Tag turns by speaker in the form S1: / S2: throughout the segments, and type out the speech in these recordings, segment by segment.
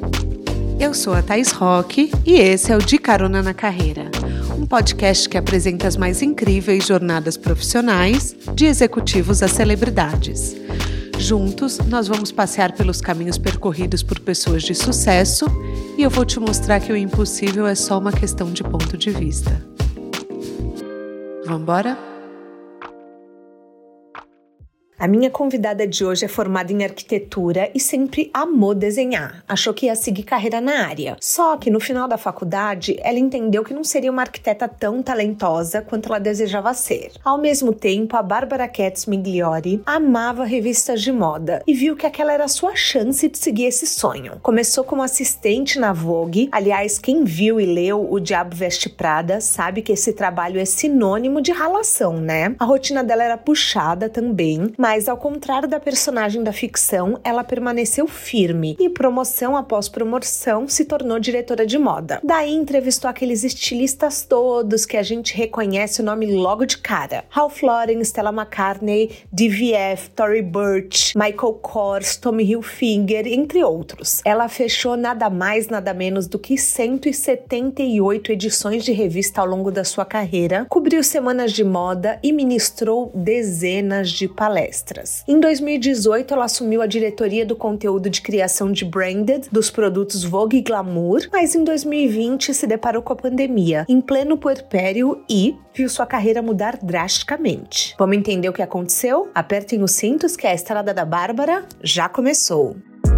S1: Eu sou a Thaís Roque e esse é o De Carona na Carreira, um podcast que apresenta as mais incríveis jornadas profissionais de executivos a celebridades. Juntos, nós vamos passear pelos caminhos percorridos por pessoas de sucesso e eu vou te mostrar que o impossível é só uma questão de ponto de vista. Vamos embora?
S2: A minha convidada de hoje é formada em arquitetura e sempre amou desenhar. Achou que ia seguir carreira na área. Só que no final da faculdade, ela entendeu que não seria uma arquiteta tão talentosa quanto ela desejava ser. Ao mesmo tempo, a Bárbara Katz Migliori amava revistas de moda e viu que aquela era a sua chance de seguir esse sonho. Começou como assistente na Vogue. Aliás, quem viu e leu O Diabo Veste Prada sabe que esse trabalho é sinônimo de ralação, né? A rotina dela era puxada também, mas ao contrário da personagem da ficção, ela permaneceu firme e promoção após promoção se tornou diretora de moda. Daí entrevistou aqueles estilistas todos que a gente reconhece o nome logo de cara. Ralph Lauren, Stella McCartney, DVF, Tory Burch, Michael Kors, Tommy Hilfiger, entre outros. Ela fechou nada mais, nada menos do que 178 edições de revista ao longo da sua carreira, cobriu semanas de moda e ministrou dezenas de palestras. Em 2018, ela assumiu a diretoria do conteúdo de criação de branded dos produtos Vogue e Glamour, mas em 2020 se deparou com a pandemia, em pleno puerpério e viu sua carreira mudar drasticamente. Vamos entender o que aconteceu? Apertem os cintos que a estrada da Bárbara já começou.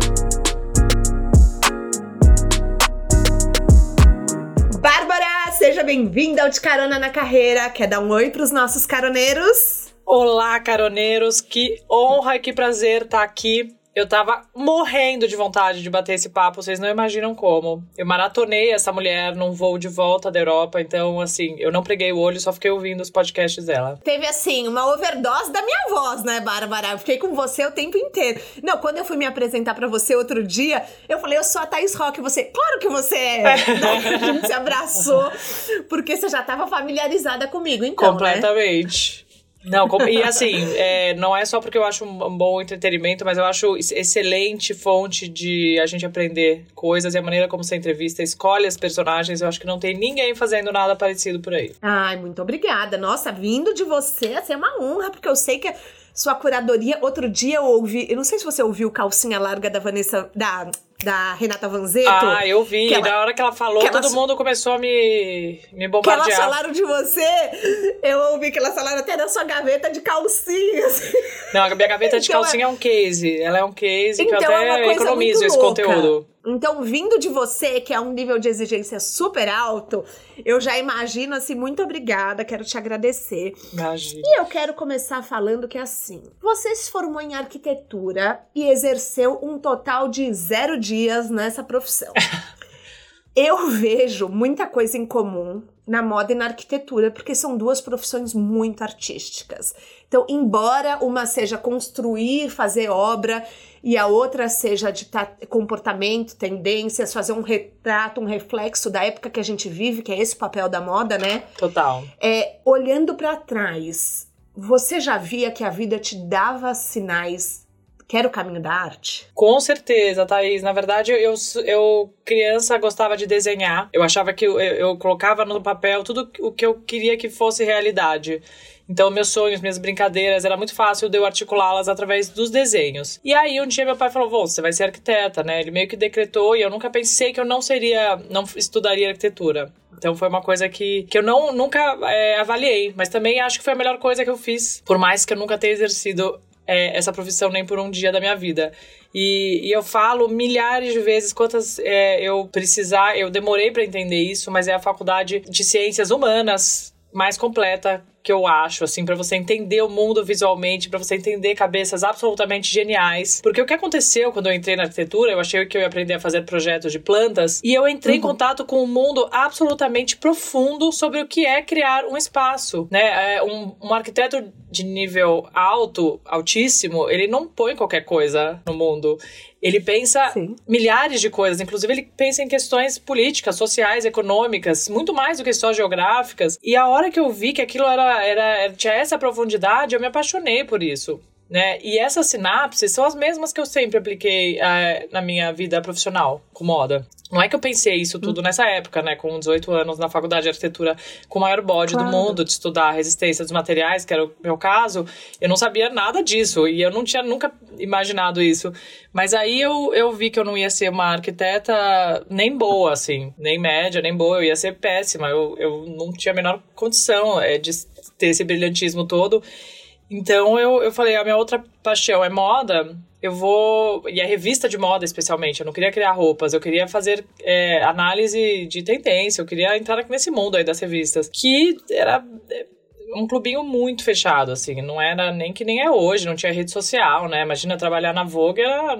S2: Bárbara, seja bem-vinda ao De Carona na Carreira. Quer dar um oi para os nossos caroneiros?
S3: Olá, caroneiros, que honra e que prazer estar aqui. Eu tava morrendo de vontade de bater esse papo, vocês não imaginam como. Eu maratonei essa mulher num voo de volta da Europa, então, assim, eu não preguei o olho, só fiquei ouvindo os podcasts dela.
S2: Teve, assim, uma overdose da minha voz, né, Bárbara? Eu fiquei com você o tempo inteiro. Não, quando eu fui me apresentar pra você outro dia, eu falei, eu sou a Thaís Roque, você... Claro que você é! A gente se abraçou, porque você já tava familiarizada comigo, então,
S3: completamente. Né? Não, e assim, não é só porque eu acho um bom entretenimento, mas eu acho excelente fonte de a gente aprender coisas e a maneira como você entrevista, escolhe as personagens, eu acho que não tem ninguém fazendo nada parecido por aí.
S2: Ai, muito obrigada. Nossa, vindo de você, assim, é uma honra, porque eu sei que sua curadoria, outro dia eu ouvi, eu não sei se você ouviu Calcinha Larga da Vanessa, da Renata Vanzetto.
S3: Ah, eu vi. Na hora que ela falou, todo mundo começou a me bombardear.
S2: Que elas falaram de você, eu ouvi que elas falaram até da sua gaveta de calcinhas.
S3: Não, a minha gaveta de calcinha é um case. Ela é um case que eu até economizo esse conteúdo.
S2: Então, vindo de você, que é um nível de exigência super alto, eu já imagino, assim, muito obrigada, quero te agradecer.
S3: Imagina.
S2: E eu quero começar falando que, assim, você se formou em arquitetura e exerceu um total de 0 dias nessa profissão. Eu vejo muita coisa em comum na moda e na arquitetura, porque são duas profissões muito artísticas. Então, embora uma seja construir, fazer obra, e a outra seja de comportamento, tendências, fazer um retrato, um reflexo da época que a gente vive, que é esse papel da moda, né?
S3: Total.
S2: Olhando pra trás, você já via que a vida te dava sinais que era o caminho da arte?
S3: Com certeza, Thaís. Na verdade, eu criança gostava de desenhar. Eu achava que eu colocava no papel tudo o que eu queria que fosse realidade. Então, meus sonhos, minhas brincadeiras, era muito fácil de eu articulá-las através dos desenhos. E aí, um dia, meu pai falou, você vai ser arquiteta, né? Ele meio que decretou e eu nunca pensei que eu não estudaria arquitetura. Então, foi uma coisa que eu nunca avaliei. Mas também acho que foi a melhor coisa que eu fiz. Por mais que eu nunca tenha exercido essa profissão nem por um dia da minha vida. E eu falo milhares de vezes quantas eu demorei para entender isso, mas é a faculdade de ciências humanas mais completa que eu acho, assim, pra você entender o mundo visualmente, pra você entender cabeças absolutamente geniais. Porque o que aconteceu quando eu entrei na arquitetura, eu achei que eu ia aprender a fazer projetos de plantas, e eu entrei em contato com um mundo absolutamente profundo sobre o que é criar um espaço, né? Um arquiteto de nível altíssimo, ele não põe qualquer coisa no mundo. Ele pensa milhares de coisas, inclusive ele pensa em questões políticas, sociais, econômicas, muito mais do que só geográficas. E a hora que eu vi que aquilo tinha essa profundidade, eu me apaixonei por isso. né? E essas sinapses são as mesmas que eu sempre apliquei na minha vida profissional com moda. Não é que eu pensei isso tudo nessa época, né? Com 18 anos na faculdade de arquitetura, com o maior bode do mundo, de estudar a resistência dos materiais, que era o meu caso. Eu não sabia nada disso e eu não tinha nunca imaginado isso. Mas aí eu vi que eu não ia ser uma arquiteta nem boa, assim. Nem média, nem boa. Eu ia ser péssima. Eu não tinha a menor condição de ter esse brilhantismo todo. Então eu falei, a minha outra paixão é moda, e a revista de moda especialmente, eu não queria criar roupas, eu queria fazer análise de tendência, eu queria entrar nesse mundo aí das revistas, que era um clubinho muito fechado, assim, não era nem que nem é hoje, não tinha rede social, né, imagina trabalhar na Vogue,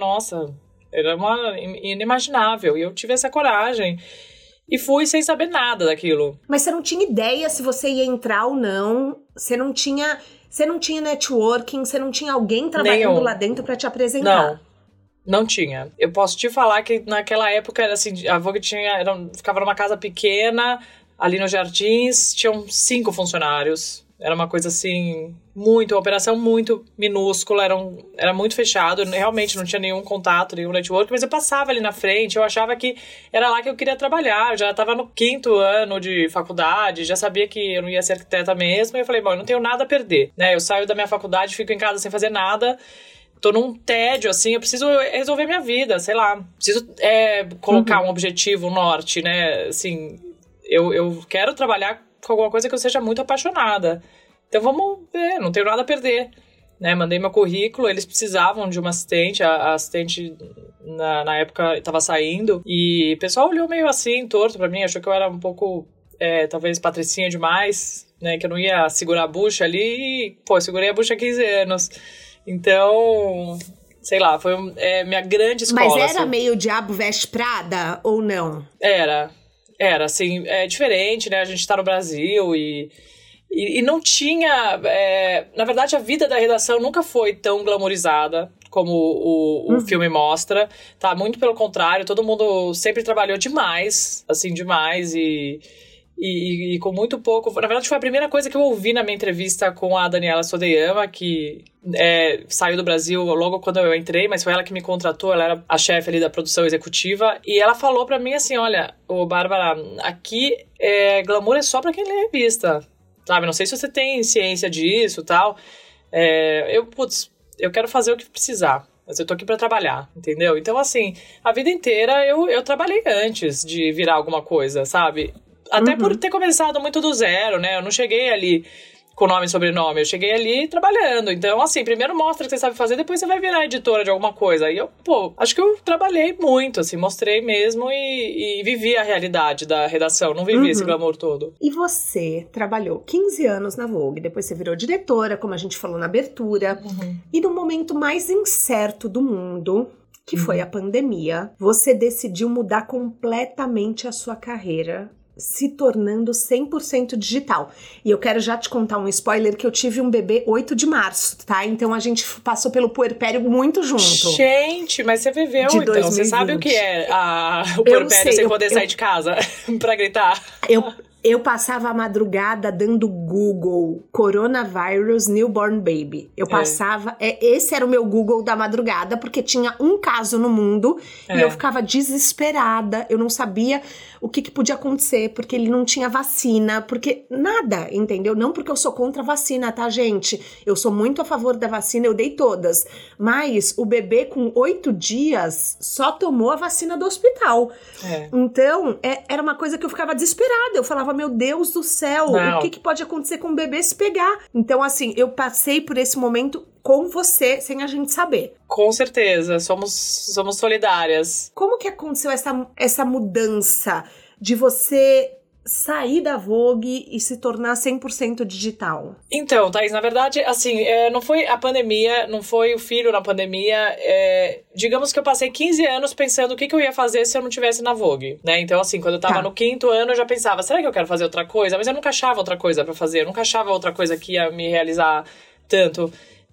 S3: era inimaginável, e eu tive essa coragem. E fui sem saber nada daquilo.
S2: Mas você não tinha ideia se você ia entrar ou não, você não tinha networking, você não tinha alguém trabalhando lá dentro pra te apresentar.
S3: Não tinha. Eu posso te falar que naquela época era assim, a Vogue ficava numa casa pequena, ali nos Jardins, tinham 5 funcionários. Era uma coisa assim, uma operação muito minúscula, era muito fechado, eu realmente não tinha nenhum contato, nenhum network, mas eu passava ali na frente, eu achava que era lá que eu queria trabalhar, eu já estava no 5º ano de faculdade, já sabia que eu não ia ser arquiteta mesmo, e eu falei, bom, eu não tenho nada a perder, né, eu saio da minha faculdade, fico em casa sem fazer nada, tô num tédio, assim, eu preciso resolver minha vida, sei lá, preciso colocar um objetivo, um norte, né, assim, eu quero trabalhar com alguma coisa que eu seja muito apaixonada. Então vamos ver, não tenho nada a perder. Né? Mandei meu currículo, eles precisavam de uma assistente, a assistente na época estava saindo, e o pessoal olhou meio assim, torto pra mim, achou que eu era um pouco, talvez patricinha demais, né? Que eu não ia segurar a bucha ali, e, eu segurei a bucha há 15 anos. Então, sei lá, foi minha grande escola.
S2: Mas era
S3: assim.
S2: meio Diabo Veste Prada, ou não?
S3: Era, assim, diferente, né? A gente tá no Brasil e não tinha... na verdade, a vida da redação nunca foi tão glamourizada como o filme mostra, tá? Muito pelo contrário, todo mundo sempre trabalhou demais, assim, demais e com muito pouco... Na verdade, foi a primeira coisa que eu ouvi na minha entrevista com a Daniela Sodeyama, que saiu do Brasil logo quando eu entrei, mas foi ela que me contratou, ela era a chefe ali da produção executiva, e ela falou pra mim assim, olha, Bárbara, aqui glamour é só pra quem lê revista, sabe? Não sei se você tem ciência disso e tal. Eu quero fazer o que precisar. Mas eu tô aqui pra trabalhar, entendeu? Então, assim, a vida inteira eu trabalhei antes de virar alguma coisa, sabe? Até por ter começado muito do zero, né? Eu não cheguei ali com nome e sobrenome, eu cheguei ali trabalhando. Então, assim, primeiro mostra o que você sabe fazer, depois você vai virar editora de alguma coisa. E eu, acho que eu trabalhei muito, assim, mostrei mesmo e vivi a realidade da redação, não vivi esse glamour todo.
S2: E você trabalhou 15 anos na Vogue, depois você virou diretora, como a gente falou na abertura, e no momento mais incerto do mundo, que foi a pandemia, você decidiu mudar completamente a sua carreira, se tornando 100% digital. E eu quero já te contar um spoiler, que eu tive um bebê 8 de março, tá? Então a gente passou pelo puerpério muito junto.
S3: Gente, mas você viveu
S2: de
S3: então,
S2: 2020.
S3: Você sabe o que é o puerpério sem poder sair de casa pra gritar?
S2: Eu passava a madrugada dando Google Coronavirus Newborn Baby. Eu passava... esse era o meu Google da madrugada, porque tinha um caso no mundo e eu ficava desesperada. Eu não sabia o que podia acontecer, porque ele não tinha vacina, porque nada, entendeu? Não porque eu sou contra a vacina, tá, gente? Eu sou muito a favor da vacina, eu dei todas. Mas o bebê com 8 dias só tomou a vacina do hospital. Então, era uma coisa que eu ficava desesperada. Eu falava, meu Deus do céu, o que pode acontecer com o bebê se pegar? Então, assim, eu passei por esse momento com você, sem a gente saber.
S3: Com certeza, somos solidárias.
S2: Como que aconteceu essa mudança de você sair da Vogue e se tornar 100% digital?
S3: Então, Thaís, na verdade, assim, não foi a pandemia, não foi o filho na pandemia, digamos que eu passei 15 anos pensando o que eu ia fazer se eu não tivesse na Vogue, né? Então, assim, quando eu tava no 5º ano, eu já pensava, será que eu quero fazer outra coisa? Mas eu nunca achava outra coisa pra fazer, eu nunca achava outra coisa que ia me realizar tanto.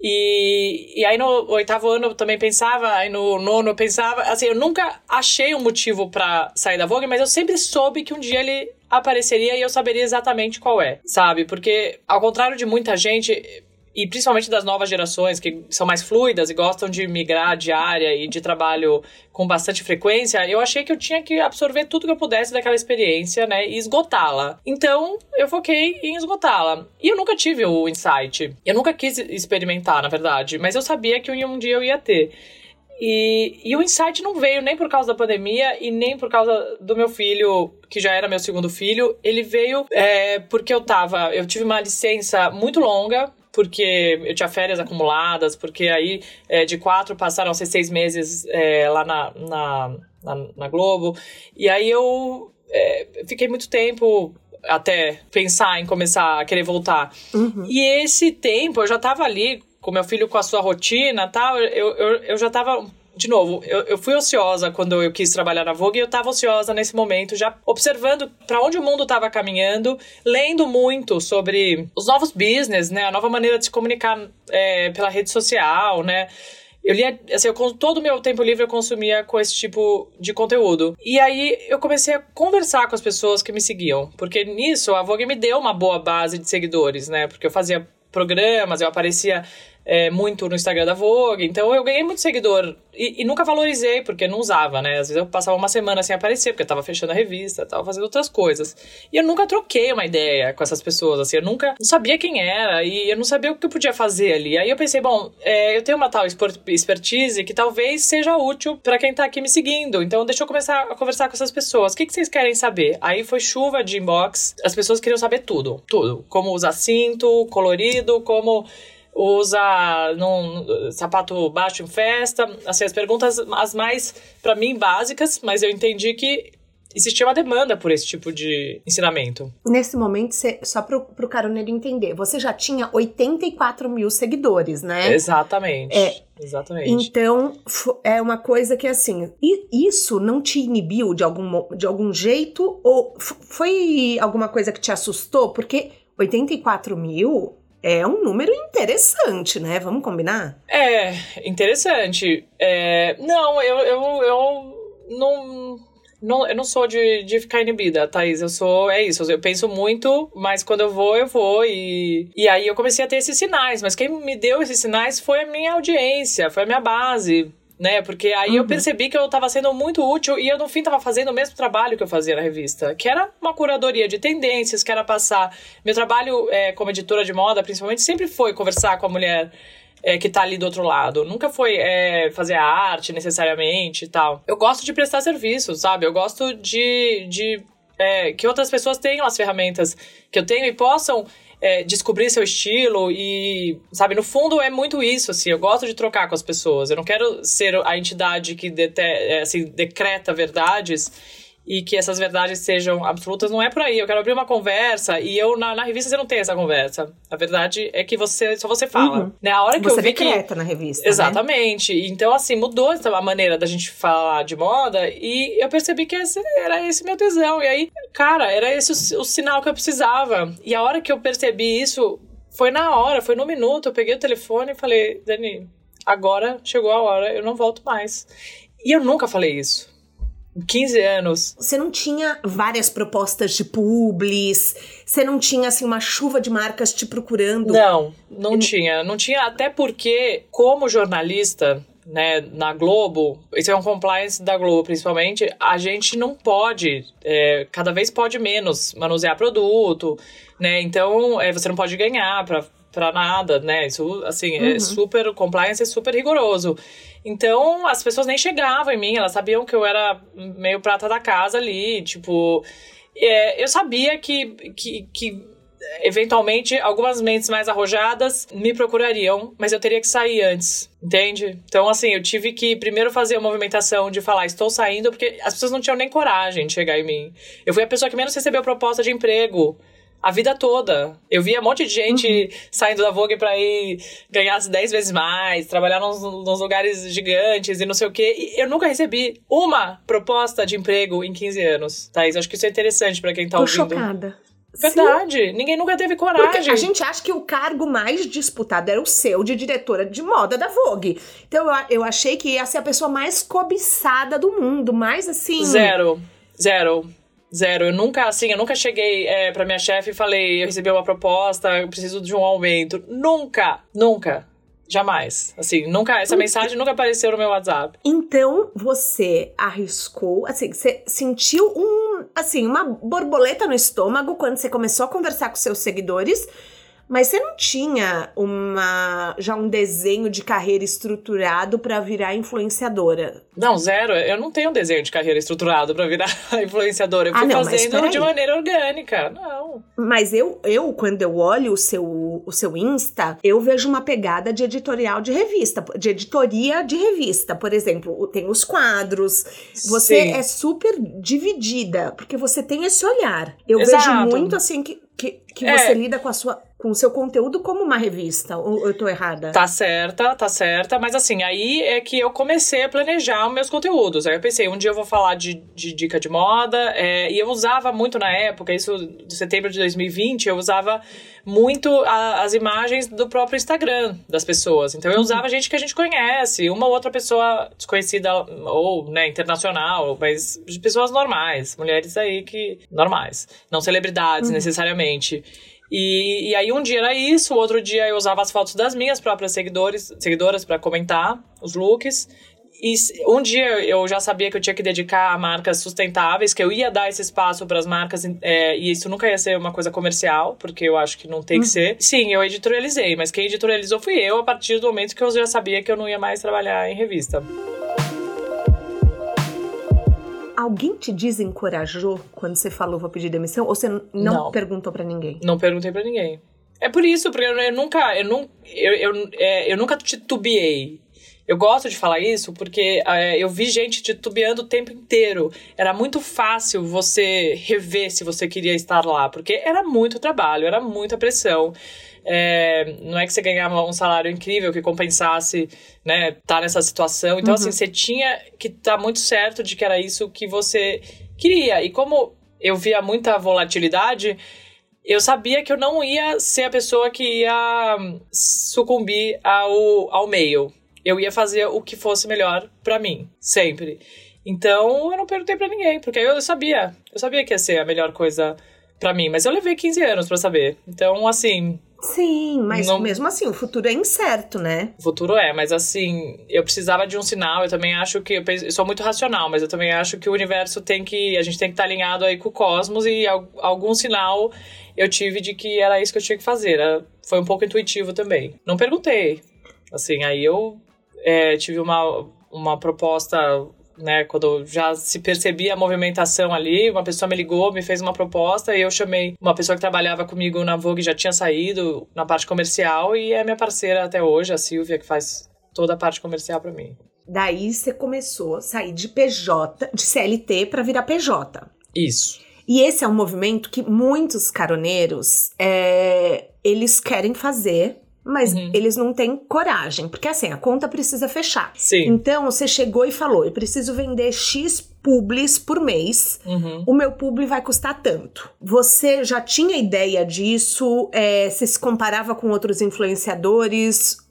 S3: E aí no 8º ano eu também pensava, aí no 9º eu pensava, assim, eu nunca achei um motivo pra sair da Vogue, mas eu sempre soube que um dia ele apareceria e eu saberia exatamente qual é, sabe? Porque, ao contrário de muita gente, e principalmente das novas gerações, que são mais fluidas e gostam de migrar de área e de trabalho com bastante frequência, eu achei que eu tinha que absorver tudo que eu pudesse daquela experiência, né, e esgotá-la. Então, eu foquei em esgotá-la. E eu nunca tive o insight. Eu nunca quis experimentar, na verdade, mas eu sabia que um dia eu ia ter. E o insight não veio nem por causa da pandemia e nem por causa do meu filho, que já era meu segundo filho. Ele veio porque eu tive uma licença muito longa, porque eu tinha férias acumuladas, porque aí de 4 passaram a ser 6 meses lá na Globo. E aí eu fiquei muito tempo até pensar em começar a querer voltar. Uhum. E esse tempo eu já tava ali com meu filho, com a sua rotina e tal, eu já tava... De novo, eu fui ociosa quando eu quis trabalhar na Vogue e eu tava ociosa nesse momento, já observando para onde o mundo tava caminhando, lendo muito sobre os novos business, né? A nova maneira de se comunicar pela rede social, né? Eu lia, assim, todo o meu tempo livre eu consumia com esse tipo de conteúdo. E aí eu comecei a conversar com as pessoas que me seguiam, porque nisso a Vogue me deu uma boa base de seguidores, né? Porque eu fazia programas, eu aparecia muito no Instagram da Vogue, então eu ganhei muito seguidor e nunca valorizei, porque não usava, né? Às vezes eu passava uma semana sem aparecer, porque eu tava fechando a revista, tava fazendo outras coisas. E eu nunca troquei uma ideia com essas pessoas, assim, eu não sabia quem era e eu não sabia o que eu podia fazer ali. Aí eu pensei, bom, eu tenho uma tal expertise que talvez seja útil pra quem tá aqui me seguindo, então deixa eu começar a conversar com essas pessoas. O que vocês querem saber? Aí foi chuva de inbox, as pessoas queriam saber tudo. Como usar cinto, colorido, como usa sapato baixo em festa, assim, as perguntas as mais, pra mim, básicas, mas eu entendi que existia uma demanda por esse tipo de ensinamento.
S2: Nesse momento, só pro caroneiro entender, você já tinha 84 mil seguidores, né?
S3: Exatamente. Exatamente.
S2: Então, é uma coisa que, assim, isso não te inibiu de algum jeito? Ou foi alguma coisa que te assustou? Porque 84 mil... é um número interessante, né? Vamos combinar?
S3: Interessante. Não, eu não sou de ficar inibida, Thaís. Eu penso muito, mas quando eu vou. E aí eu comecei a ter esses sinais. Mas quem me deu esses sinais foi a minha audiência, foi a minha base, né? Porque aí eu percebi que eu tava sendo muito útil e eu, no fim, tava fazendo o mesmo trabalho que eu fazia na revista, que era uma curadoria de tendências, que era passar... Meu trabalho como editora de moda, principalmente, sempre foi conversar com a mulher que tá ali do outro lado. Nunca foi fazer a arte, necessariamente, e tal. Eu gosto de prestar serviço, sabe? Eu gosto de que outras pessoas tenham as ferramentas que eu tenho e possam... descobrir seu estilo e, sabe, no fundo é muito isso, assim, eu gosto de trocar com as pessoas, eu não quero ser a entidade que decreta verdades e que essas verdades sejam absolutas, não é por aí, eu quero abrir uma conversa e eu, na revista você não tem essa conversa, a verdade é que só você fala, né, a hora que
S2: você
S3: eu vi
S2: decreta na revista,
S3: exatamente, né? Então assim, mudou a maneira da gente falar de moda e eu percebi que era esse meu tesão, e aí, cara, era esse o sinal que eu precisava, e a hora que eu percebi isso, foi na hora, foi no minuto, eu peguei o telefone e falei, Dani, agora chegou a hora, eu não volto mais, e eu nunca falei isso. 15 anos.
S2: Você não tinha várias propostas de publis? Você não tinha, assim, uma chuva de marcas te procurando?
S3: Não tinha. Não tinha, até porque, como jornalista, né, na Globo, isso é um compliance da Globo, principalmente, a gente não pode, cada vez pode menos manusear produto, né? Então, você não pode ganhar pra nada, né? Isso, assim, o compliance é super rigoroso. Então, as pessoas nem chegavam em mim, elas sabiam que eu era meio prata da casa ali, tipo... eu sabia que eventualmente, algumas mentes mais arrojadas me procurariam, mas eu teria que sair antes, entende? Então, assim, eu tive que primeiro fazer a movimentação de falar, estou saindo, porque as pessoas não tinham nem coragem de chegar em mim. Eu fui a pessoa que menos recebeu proposta de emprego a vida toda. Eu via um monte de gente saindo da Vogue pra ir ganhar 10 vezes mais, trabalhar nos lugares gigantes e não sei o quê. E eu nunca recebi uma proposta de emprego em 15 anos, Thaís. Acho que isso é interessante pra quem tá ouvindo.
S2: Tô chocada.
S3: Verdade. Sim. Ninguém nunca teve coragem.
S2: Porque a gente acha que o cargo mais disputado era o seu, de diretora de moda da Vogue. Então eu achei que ia ser a pessoa mais cobiçada do mundo, mais assim...
S3: Zero. Zero. Eu nunca cheguei pra minha chefe e falei, eu recebi uma proposta, eu preciso de um aumento. Nunca. Jamais. Assim, essa mensagem nunca apareceu no meu WhatsApp.
S2: Então, você arriscou, assim, você sentiu uma borboleta no estômago quando você começou a conversar com seus seguidores, mas você não tinha já um desenho de carreira estruturado pra virar influenciadora?
S3: Não, zero. Eu não tenho um desenho de carreira estruturado pra virar influenciadora. Eu fui fazendo de maneira orgânica. Não.
S2: Mas eu quando eu olho o seu Insta, eu vejo uma pegada de editorial de revista, de editoria de revista. Por exemplo, tem os quadros. Você
S3: Sim.
S2: é super dividida, porque você tem esse olhar. Eu
S3: Exato.
S2: vejo muito assim que você lida com o seu conteúdo como uma revista, ou eu tô errada?
S3: Tá certa, mas assim, aí é que eu comecei a planejar os meus conteúdos. Aí eu pensei, um dia eu vou falar de dica de moda, e eu usava muito na época, isso de setembro de 2020, eu usava muito as imagens do próprio Instagram das pessoas. Então eu usava gente que a gente conhece, uma ou outra pessoa desconhecida ou, né, internacional, mas de pessoas normais, mulheres aí normais, não celebridades necessariamente. E aí um dia era isso, outro dia eu usava as fotos das minhas próprias seguidoras para comentar os looks. E um dia eu já sabia que eu tinha que dedicar a marcas sustentáveis, que eu ia dar esse espaço para as marcas, e isso nunca ia ser uma coisa comercial, porque eu acho que não tem que ser. Sim, eu editorializei, mas quem editorializou fui eu, a partir do momento que eu já sabia que eu não ia mais trabalhar em revista.
S2: Alguém te desencorajou quando você falou vou pedir demissão? Ou você não perguntou pra ninguém?
S3: Não perguntei pra ninguém. É por isso, porque eu nunca titubeei. Eu gosto de falar isso porque eu vi gente titubeando o tempo inteiro. Era muito fácil você rever se você queria estar lá, porque era muito trabalho, era muita pressão. Não é que você ganhava um salário incrível que compensasse, né, tá nessa situação. Então, assim, você tinha que estar muito certo de que era isso que você queria. E como eu via muita volatilidade, eu sabia que eu não ia ser a pessoa que ia sucumbir ao meio. Eu ia fazer o que fosse melhor pra mim, sempre. Então, eu não perguntei pra ninguém, porque eu sabia que ia ser a melhor coisa pra mim. Mas eu levei 15 anos pra saber. Então, assim...
S2: Sim, mas mesmo assim, o futuro é incerto, né?
S3: O futuro mas assim, eu precisava de um sinal. Eu também acho que, eu sou muito racional, mas eu também acho que o universo a gente tem que estar alinhado aí com o cosmos, e algum sinal eu tive de que era isso que eu tinha que fazer. Foi um pouco intuitivo também. Não perguntei. Assim, aí eu tive uma proposta, né, quando já se percebia a movimentação ali, uma pessoa me ligou, me fez uma proposta, e eu chamei uma pessoa que trabalhava comigo na Vogue, já tinha saído na parte comercial, e é minha parceira até hoje, a Silvia, que faz toda a parte comercial pra mim.
S2: Daí você começou a sair de PJ, de CLT pra virar PJ.
S3: Isso.
S2: E esse é um movimento que muitos caroneiros, eles querem fazer, mas eles não têm coragem, porque assim, a conta precisa fechar.
S3: Sim.
S2: Então, você chegou e falou, eu preciso vender X publis por mês, o meu publi vai custar tanto. Você já tinha ideia disso? Você se comparava com outros influenciadores?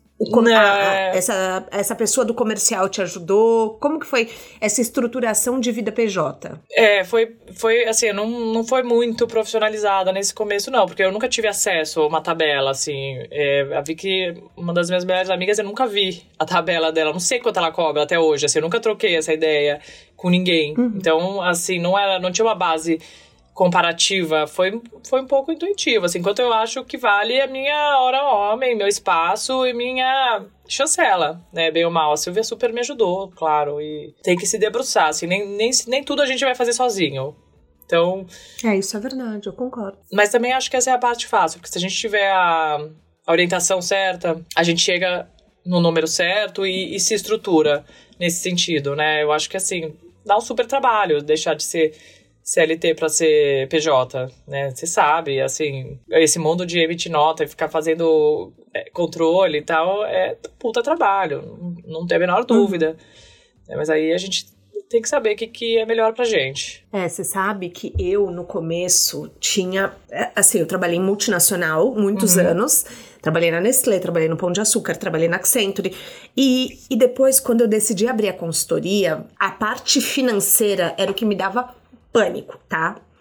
S2: Essa pessoa do comercial te ajudou? Como que foi essa estruturação de vida PJ?
S3: Foi assim, não foi muito profissionalizada nesse começo, não, porque eu nunca tive acesso a uma tabela, assim. Eu vi que uma das minhas melhores amigas, eu nunca vi a tabela dela, não sei quanto ela cobra até hoje, assim, eu nunca troquei essa ideia com ninguém. Então, assim, não tinha uma base comparativa, foi um pouco intuitivo, assim, enquanto eu acho que vale a minha hora homem, meu espaço e minha chancela, né, bem ou mal. A Silvia super me ajudou, claro, e tem que se debruçar, assim, nem tudo a gente vai fazer sozinho. Então...
S2: isso é verdade, eu concordo.
S3: Mas também acho que essa é a parte fácil, porque se a gente tiver a orientação certa, a gente chega no número certo e se estrutura nesse sentido, né, eu acho que, assim, dá um super trabalho deixar de ser CLT para ser PJ, né? Você sabe, assim, esse mundo de emitir nota e ficar fazendo controle e tal é puta trabalho, não tem a menor dúvida. Mas aí a gente tem que saber o que é melhor pra gente.
S2: Você sabe que eu, no começo, tinha... Assim, eu trabalhei em multinacional muitos anos. Trabalhei na Nestlé, trabalhei no Pão de Açúcar, trabalhei na Accenture. E depois, quando eu decidi abrir a consultoria, a parte financeira era o que me dava pânico, tá?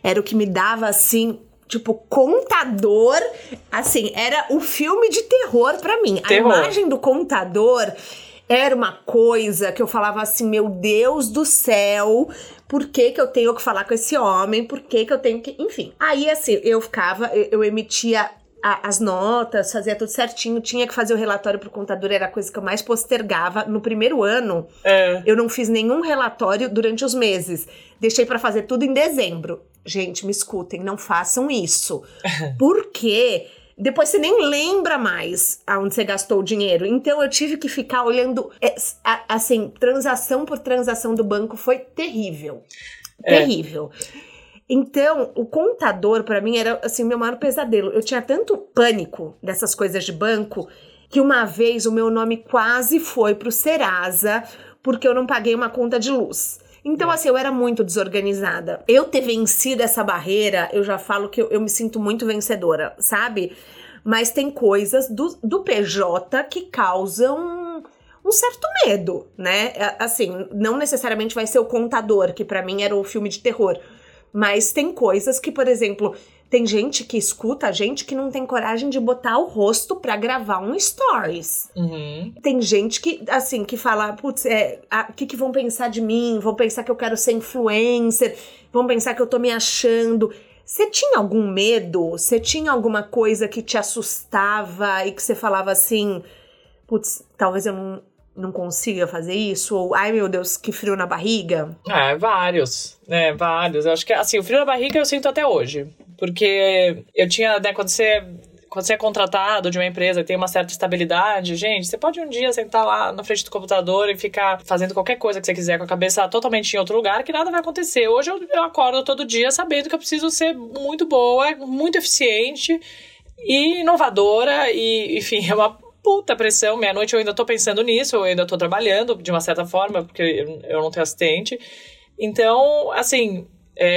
S2: era o que me dava, assim, tipo, contador. Assim, era o filme de terror pra mim.
S3: Terror.
S2: A imagem do contador era uma coisa que eu falava assim, meu Deus do céu, por que que eu tenho que falar com esse homem? Por que que eu tenho que... Enfim, aí assim, eu emitia as notas, fazia tudo certinho, tinha que fazer o relatório pro contador, era a coisa que eu mais postergava. No primeiro ano, eu não fiz nenhum relatório durante os meses. Deixei pra fazer tudo em dezembro. Gente, me escutem, não façam isso. Porque depois você nem lembra mais aonde você gastou o dinheiro. Então eu tive que ficar olhando, assim, transação por transação do banco. Foi terrível. Terrível. Então, o contador, pra mim, era, assim, meu maior pesadelo. Eu tinha tanto pânico dessas coisas de banco que uma vez o meu nome quase foi pro Serasa porque eu não paguei uma conta de luz. Então, assim, eu era muito desorganizada. Eu ter vencido essa barreira, eu já falo que eu me sinto muito vencedora, sabe? Mas tem coisas do PJ que causam um certo medo, né? Assim, não necessariamente vai ser o contador, que pra mim era o filme de terror. Mas tem coisas que, por exemplo, tem gente que escuta a gente que não tem coragem de botar o rosto pra gravar um stories. Tem gente que, assim, que fala, putz, o que vão pensar de mim? Vão pensar que eu quero ser influencer? Vão pensar que eu tô me achando? Você tinha algum medo? Você tinha alguma coisa que te assustava e que você falava assim, putz, talvez eu não consiga fazer isso? Ou, ai meu Deus, que frio na barriga?
S3: Vários, né, vários. Eu acho que, assim, o frio na barriga eu sinto até hoje. Porque eu tinha, né, quando você é contratado de uma empresa e tem uma certa estabilidade, gente, você pode um dia sentar lá na frente do computador e ficar fazendo qualquer coisa que você quiser com a cabeça totalmente em outro lugar, que nada vai acontecer. Hoje eu acordo todo dia sabendo que eu preciso ser muito boa, muito eficiente e inovadora e, enfim, é uma puta pressão. Meia-noite eu ainda tô pensando nisso, eu ainda tô trabalhando de uma certa forma, porque eu não tenho assistente. Então, assim,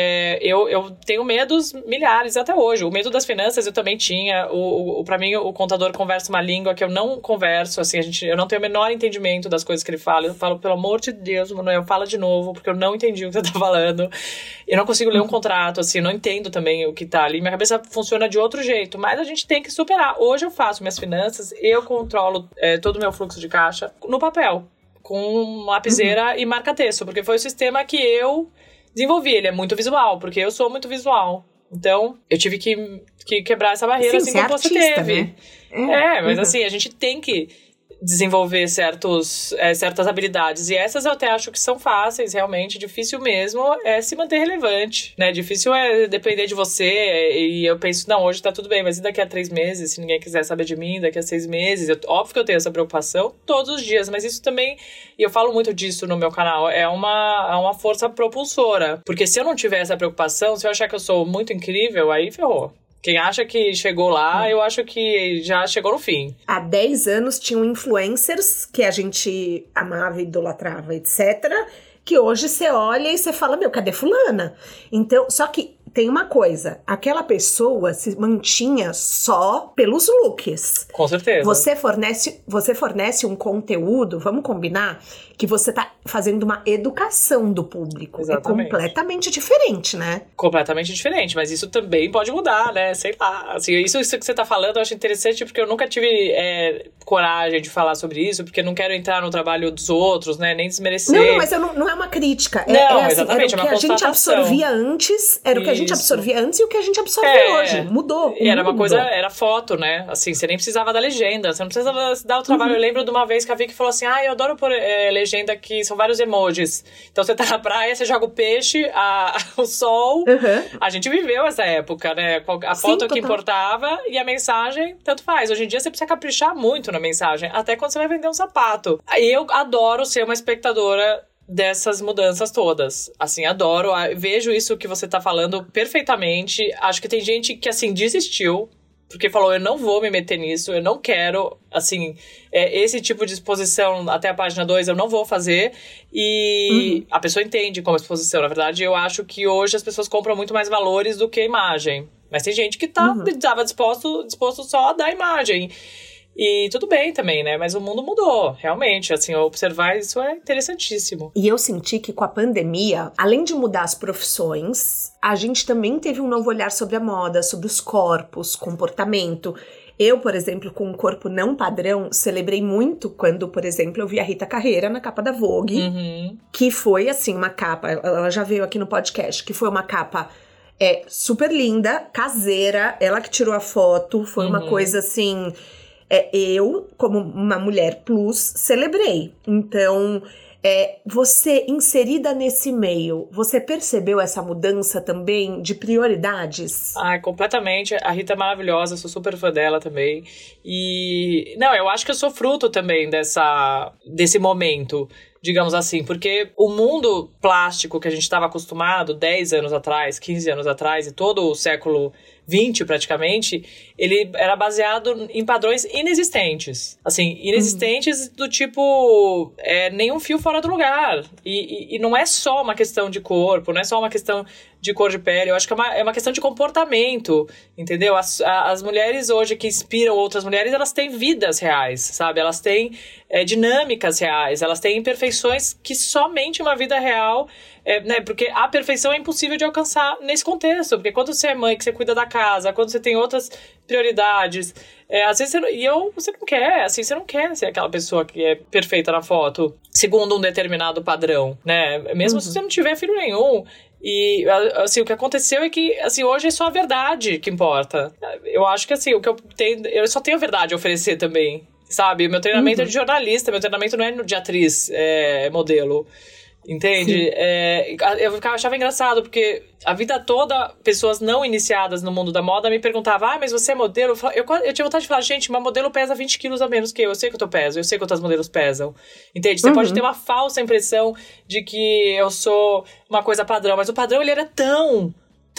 S3: eu tenho medos milhares até hoje. O medo das finanças eu também tinha. Pra mim, o contador conversa uma língua que eu não converso, assim, eu não tenho o menor entendimento das coisas que ele fala. Eu falo, pelo amor de Deus, Manuel, fala de novo, porque eu não entendi o que você tá falando. Eu não consigo ler um contrato, assim, não entendo também o que tá ali. Minha cabeça funciona de outro jeito, mas a gente tem que superar. Hoje eu faço minhas finanças, eu controlo todo o meu fluxo de caixa no papel, com lapiseira e marca-texto, porque foi o sistema que eu desenvolvi. Ele é muito visual, porque eu sou muito visual. Então, eu tive que quebrar essa barreira.
S2: Sim,
S3: assim como você teve.
S2: Né?
S3: Mas assim, a gente tem que desenvolver certas habilidades. E essas eu até acho que são fáceis, realmente. Difícil mesmo é se manter relevante, né? Difícil é depender de você. E eu penso, não, hoje tá tudo bem, mas e daqui a 3 meses? Se ninguém quiser saber de mim, daqui a 6 meses? Óbvio que eu tenho essa preocupação todos os dias, mas isso também, e eu falo muito disso no meu canal, é uma força propulsora. Porque se eu não tiver essa preocupação, se eu achar que eu sou muito incrível, aí ferrou. Quem acha que chegou lá, eu acho que já chegou no fim.
S2: Há 10 anos tinham influencers que a gente amava, idolatrava, etc. Que hoje você olha e você fala, meu, cadê fulana? Então, só que tem uma coisa, aquela pessoa se mantinha só pelos looks.
S3: Com certeza.
S2: Você fornece um conteúdo, vamos combinar, que você tá fazendo uma educação do público.
S3: Exatamente.
S2: É completamente diferente, né?
S3: Completamente diferente, mas isso também pode mudar, né? Sei lá. Assim, isso que você tá falando eu acho interessante porque eu nunca tive coragem de falar sobre isso, porque eu não quero entrar no trabalho dos outros, né? Nem desmerecer.
S2: Não, mas não é uma crítica.
S3: Não,
S2: assim,
S3: exatamente,
S2: era o que a gente absorvia antes, era o que a gente absorvia antes e o que a gente absorve hoje. Mudou.
S3: E era uma coisa, era foto, né? Assim, você nem precisava da legenda, você não precisava dar o trabalho. Eu lembro de uma vez que a Vicky falou assim, eu adoro pôr legenda que são vários emojis. Então você tá na praia, você joga o peixe, o sol. A gente viveu essa época, né? A foto que importava e a mensagem, tanto faz. Hoje em dia você precisa caprichar muito na mensagem, até quando você vai vender um sapato. Eu adoro ser uma espectadora dessas mudanças todas. Assim, adoro. Vejo isso que você tá falando perfeitamente. Acho que tem gente que, assim, desistiu. Porque falou, eu não vou me meter nisso, eu não quero, assim, esse tipo de exposição até a página 2 eu não vou fazer. E a pessoa entende como exposição. Na verdade, eu acho que hoje as pessoas compram muito mais valores do que imagem. Mas tem gente que estava disposto só a dar imagem. E tudo bem também, né? Mas o mundo mudou, realmente. Assim, observar isso é interessantíssimo.
S2: E eu senti que com a pandemia, além de mudar as profissões, a gente também teve um novo olhar sobre a moda, sobre os corpos, comportamento. Eu, por exemplo, com um corpo não padrão, celebrei muito quando, por exemplo, eu vi a Rita Carreira na capa da Vogue, que foi, assim, uma capa, ela já veio aqui no podcast, que foi uma capa super linda, caseira, ela que tirou a foto, foi uma coisa, assim, eu, como uma mulher plus, celebrei. Então, você inserida nesse meio, você percebeu essa mudança também de prioridades?
S3: Completamente. A Rita é maravilhosa, sou super fã dela também. E, não, eu acho que eu sou fruto também desse momento, digamos assim, porque o mundo plástico que a gente estava acostumado 10 anos atrás, 15 anos atrás, e todo o século 20 praticamente, ele era baseado em padrões inexistentes. Assim, inexistentes do tipo, nenhum fio fora do lugar. E não é só uma questão de corpo, não é só uma questão de cor de pele, eu acho que é uma questão de comportamento, entendeu? As mulheres hoje que inspiram outras mulheres, elas têm vidas reais, sabe? Elas têm dinâmicas reais, elas têm imperfeições que somente uma vida real, né? Porque a perfeição é impossível de alcançar nesse contexto, porque quando você é mãe, que você cuida da casa, quando você tem outras prioridades, às vezes você não quer, assim, você não quer ser aquela pessoa que é perfeita na foto, segundo um determinado padrão, né? Mesmo se você não tiver filho nenhum. E, assim, o que aconteceu é que, assim, hoje é só a verdade que importa. Eu acho que, assim, eu só tenho a verdade a oferecer também, sabe? Meu treinamento é de jornalista, meu treinamento não é de atriz, modelo. Entende? Eu achava engraçado, porque a vida toda, pessoas não iniciadas no mundo da moda me perguntavam, mas você é modelo? Eu tinha vontade de falar, gente, uma modelo pesa 20 quilos a menos que eu sei que eu peso, eu sei quantas modelos pesam. Entende? Você pode ter uma falsa impressão de que eu sou uma coisa padrão, mas o padrão, ele era tão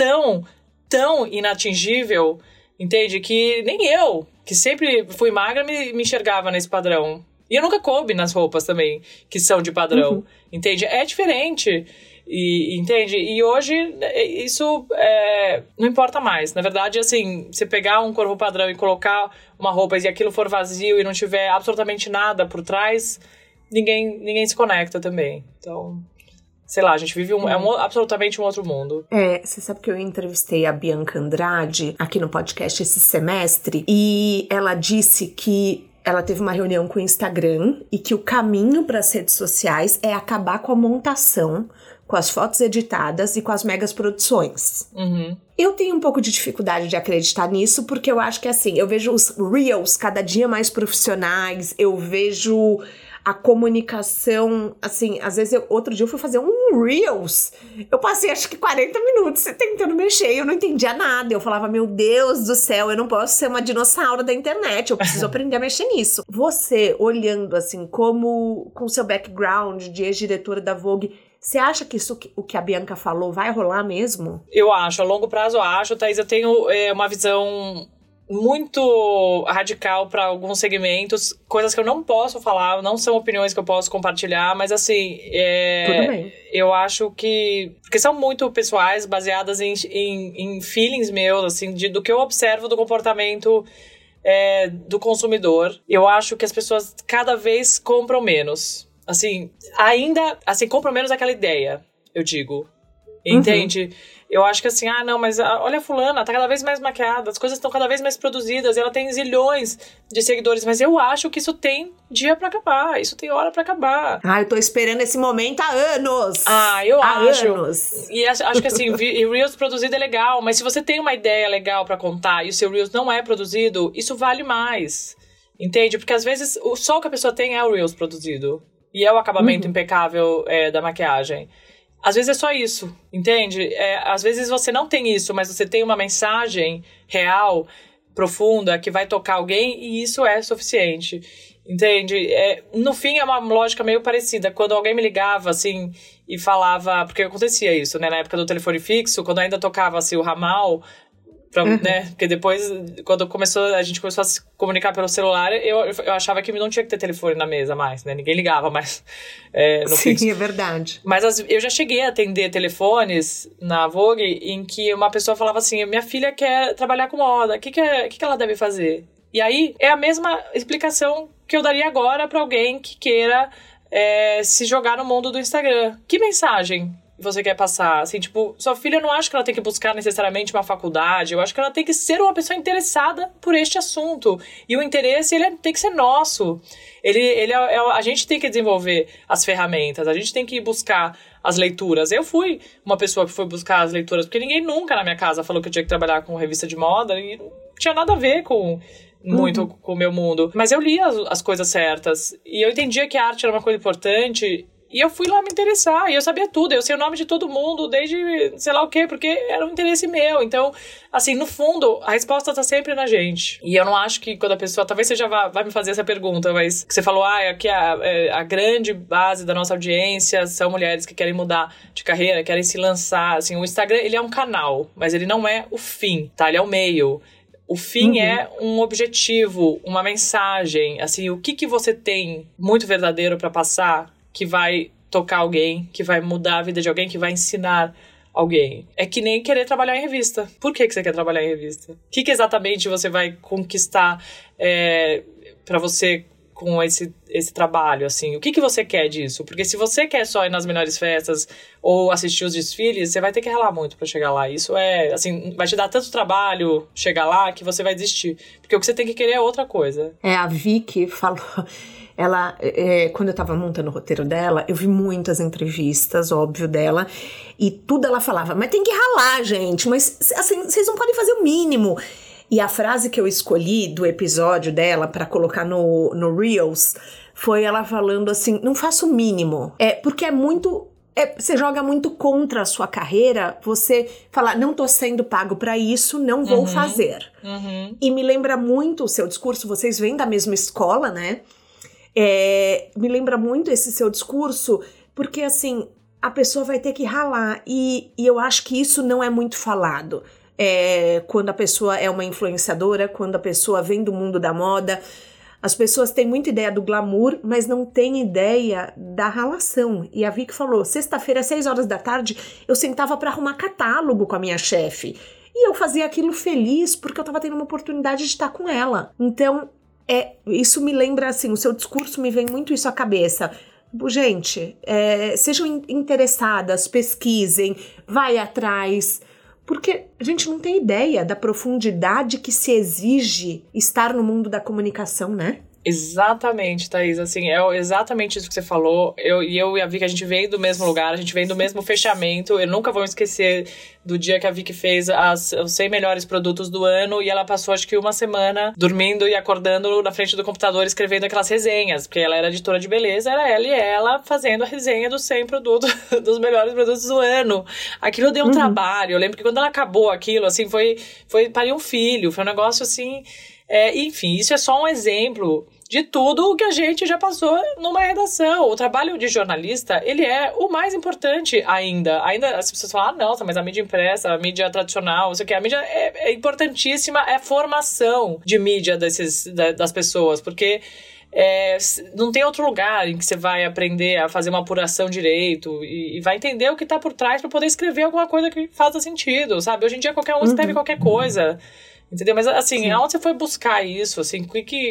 S3: inatingível, entende? Que nem eu, que sempre fui magra, me enxergava nesse padrão. E eu nunca coube nas roupas também, que são de padrão, entende? É diferente, entende? E hoje, isso não importa mais. Na verdade, assim, você pegar um corpo padrão e colocar uma roupa e aquilo for vazio e não tiver absolutamente nada por trás, ninguém se conecta também. Então, sei lá, a gente vive absolutamente um outro mundo.
S2: Você sabe que eu entrevistei a Bianca Andrade aqui no podcast esse semestre, e ela disse que ela teve uma reunião com o Instagram e que o caminho para as redes sociais é acabar com a montação, com as fotos editadas e com as megas produções. Eu tenho um pouco de dificuldade de acreditar nisso, porque eu acho que, assim, eu vejo os Reels cada dia mais profissionais, eu vejo a comunicação, assim, às vezes outro dia eu fui fazer um Reels, eu passei acho que 40 minutos tentando mexer e eu não entendia nada, eu falava, meu Deus do céu, eu não posso ser uma dinossauro da internet, eu preciso aprender a mexer nisso. Você, olhando assim, como com seu background de ex-diretora da Vogue, você acha que o que a Bianca falou vai rolar mesmo?
S3: Eu acho, a longo prazo eu acho, Thaís, eu tenho uma visão muito radical para alguns segmentos, coisas que eu não posso falar, não são opiniões que eu posso compartilhar, mas assim,
S2: tudo bem.
S3: Eu acho que porque são muito pessoais, baseadas em feelings meus, assim, do que eu observo do comportamento do consumidor. Eu acho que as pessoas cada vez compram menos, assim, ainda, assim, compram menos aquela ideia, eu digo, entende? Eu acho que assim, não, mas olha a fulana, tá cada vez mais maquiada, as coisas estão cada vez mais produzidas, ela tem zilhões de seguidores, mas eu acho que isso tem dia pra acabar, isso tem hora pra acabar.
S2: Eu tô esperando esse momento há anos!
S3: Eu acho.
S2: Anos.
S3: E acho que assim, Reels produzido é legal, mas se você tem uma ideia legal pra contar e o seu Reels não é produzido, isso vale mais, entende? Porque às vezes só o que a pessoa tem é o Reels produzido, e é o acabamento impecável da maquiagem. Às vezes é só isso, entende? Às vezes você não tem isso, mas você tem uma mensagem real, profunda, que vai tocar alguém, e isso é suficiente, entende? No fim é uma lógica meio parecida. Quando alguém me ligava, assim, e falava... Porque acontecia isso, né? Na época do telefone fixo, quando ainda tocava, assim, o ramal... né? Porque depois, quando a gente começou a se comunicar pelo celular, eu achava que não tinha que ter telefone na mesa mais, né? Ninguém ligava mais no fixo.
S2: Sim, é verdade.
S3: Mas eu já cheguei a atender telefones na Vogue em que uma pessoa falava assim, minha filha quer trabalhar com moda, o que ela deve fazer? E aí, é a mesma explicação que eu daria agora para alguém que queira se jogar no mundo do Instagram. Que mensagem você quer passar? Assim, tipo, sua filha, eu não acho que ela tem que buscar necessariamente uma faculdade, eu acho que ela tem que ser uma pessoa interessada por este assunto. E o interesse, ele tem que ser nosso. A gente tem que desenvolver as ferramentas, a gente tem que buscar as leituras. Eu fui uma pessoa que foi buscar as leituras, porque ninguém nunca na minha casa falou que eu tinha que trabalhar com revista de moda, e não tinha nada a ver com o meu mundo. Mas eu li as coisas certas, e eu entendia que a arte era uma coisa importante, e eu fui lá me interessar, e eu sabia tudo, eu sei o nome de todo mundo, desde sei lá o quê, porque era um interesse meu. Então, assim, no fundo, a resposta tá sempre na gente. E eu não acho que quando a pessoa, talvez você já vai me fazer essa pergunta, mas que você falou, aqui a grande base da nossa audiência são mulheres que querem mudar de carreira, querem se lançar, assim, o Instagram, ele é um canal, mas ele não é o fim, tá? Ele é o meio. O fim é um objetivo, uma mensagem, assim, o que você tem muito verdadeiro pra passar, que vai tocar alguém, que vai mudar a vida de alguém, que vai ensinar alguém. É que nem querer trabalhar em revista. Por que você quer trabalhar em revista? O que exatamente você vai conquistar pra você com esse trabalho, assim? O que você quer disso? Porque se você quer só ir nas melhores festas ou assistir os desfiles, você vai ter que ralar muito pra chegar lá. Isso assim, vai te dar tanto trabalho chegar lá que você vai desistir. Porque o que você tem que querer é outra coisa.
S2: A Vicky falou... Ela, quando eu tava montando o roteiro dela, eu vi muitas entrevistas, óbvio, dela, e tudo ela falava, mas tem que ralar, gente, mas assim, vocês não podem fazer o mínimo. E a frase que eu escolhi do episódio dela pra colocar no Reels foi ela falando assim, não faça o mínimo, porque é muito... você joga muito contra a sua carreira, você fala, não tô sendo pago pra isso, não vou fazer. E me lembra muito o seu discurso, vocês vêm da mesma escola, né? Me lembra muito esse seu discurso, porque assim, a pessoa vai ter que ralar, e eu acho que isso não é muito falado. Quando a pessoa é uma influenciadora, quando a pessoa vem do mundo da moda, as pessoas têm muita ideia do glamour, mas não têm ideia da ralação. E a Vicky falou, sexta-feira, 6 horas da tarde, eu sentava para arrumar catálogo com a minha chefe, e eu fazia aquilo feliz, porque eu tava tendo uma oportunidade de estar com ela. Então, isso me lembra, assim, o seu discurso me vem muito isso à cabeça. Gente, sejam interessadas, pesquisem, vai atrás, porque a gente não tem ideia da profundidade que se exige estar no mundo da comunicação, né?
S3: Exatamente, Thaís, assim, é exatamente isso que você falou. Eu e a Vicky, a gente vem do mesmo lugar, a gente vem do mesmo fechamento. Eu nunca vou esquecer do dia que a Vicky fez os 100 melhores produtos do ano, e ela passou, acho que uma semana dormindo e acordando na frente do computador, escrevendo aquelas resenhas, porque ela era editora de beleza, era ela fazendo a resenha dos 100 produtos, dos melhores produtos do ano. Aquilo deu um trabalho. Eu lembro que quando ela acabou aquilo, assim, foi parir um filho, foi um negócio assim... enfim, isso é só um exemplo de tudo o que a gente já passou numa redação. O trabalho de jornalista, ele é o mais importante ainda. Ainda as pessoas falam, não, mas a mídia impressa, a mídia tradicional, não sei o que, a mídia é importantíssima, é a formação de mídia das pessoas, porque não tem outro lugar em que você vai aprender a fazer uma apuração direito e vai entender o que tá por trás para poder escrever alguma coisa que faça sentido, sabe? Hoje em dia qualquer um escreve qualquer coisa. Entendeu? Mas assim, sim, aonde você foi buscar isso? Assim,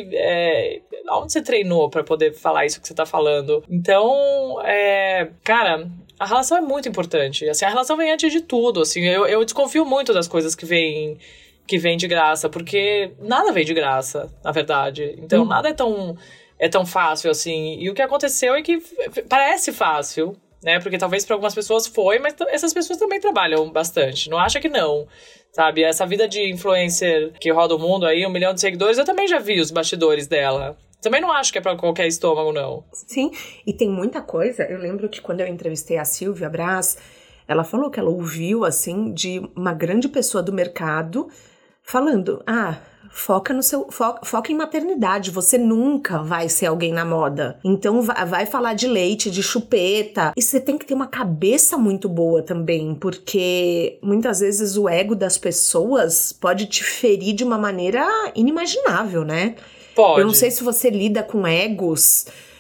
S3: aonde você treinou pra poder falar isso que você tá falando? Então, cara, a relação é muito importante. Assim, a relação vem antes de tudo. Assim, eu desconfio muito das coisas que vêm de graça, porque nada vem de graça, na verdade. Então, nada é tão fácil assim. E o que aconteceu é que parece fácil, né? Porque talvez para algumas pessoas foi, mas essas pessoas também trabalham bastante. Não acha que não, sabe? Essa vida de influencer que roda o mundo aí, 1 milhão de seguidores, eu também já vi os bastidores dela. Também não acho que é pra qualquer estômago, não.
S2: Sim, e tem muita coisa. Eu lembro que quando eu entrevistei a Silvia Braz, ela falou que ela ouviu, assim, de uma grande pessoa do mercado falando, foca em maternidade, você nunca vai ser alguém na moda. Então vai falar de leite, de chupeta. E você tem que ter uma cabeça muito boa também, porque muitas vezes o ego das pessoas pode te ferir de uma maneira inimaginável, né?
S3: Pode.
S2: Eu não sei se você lida com egos,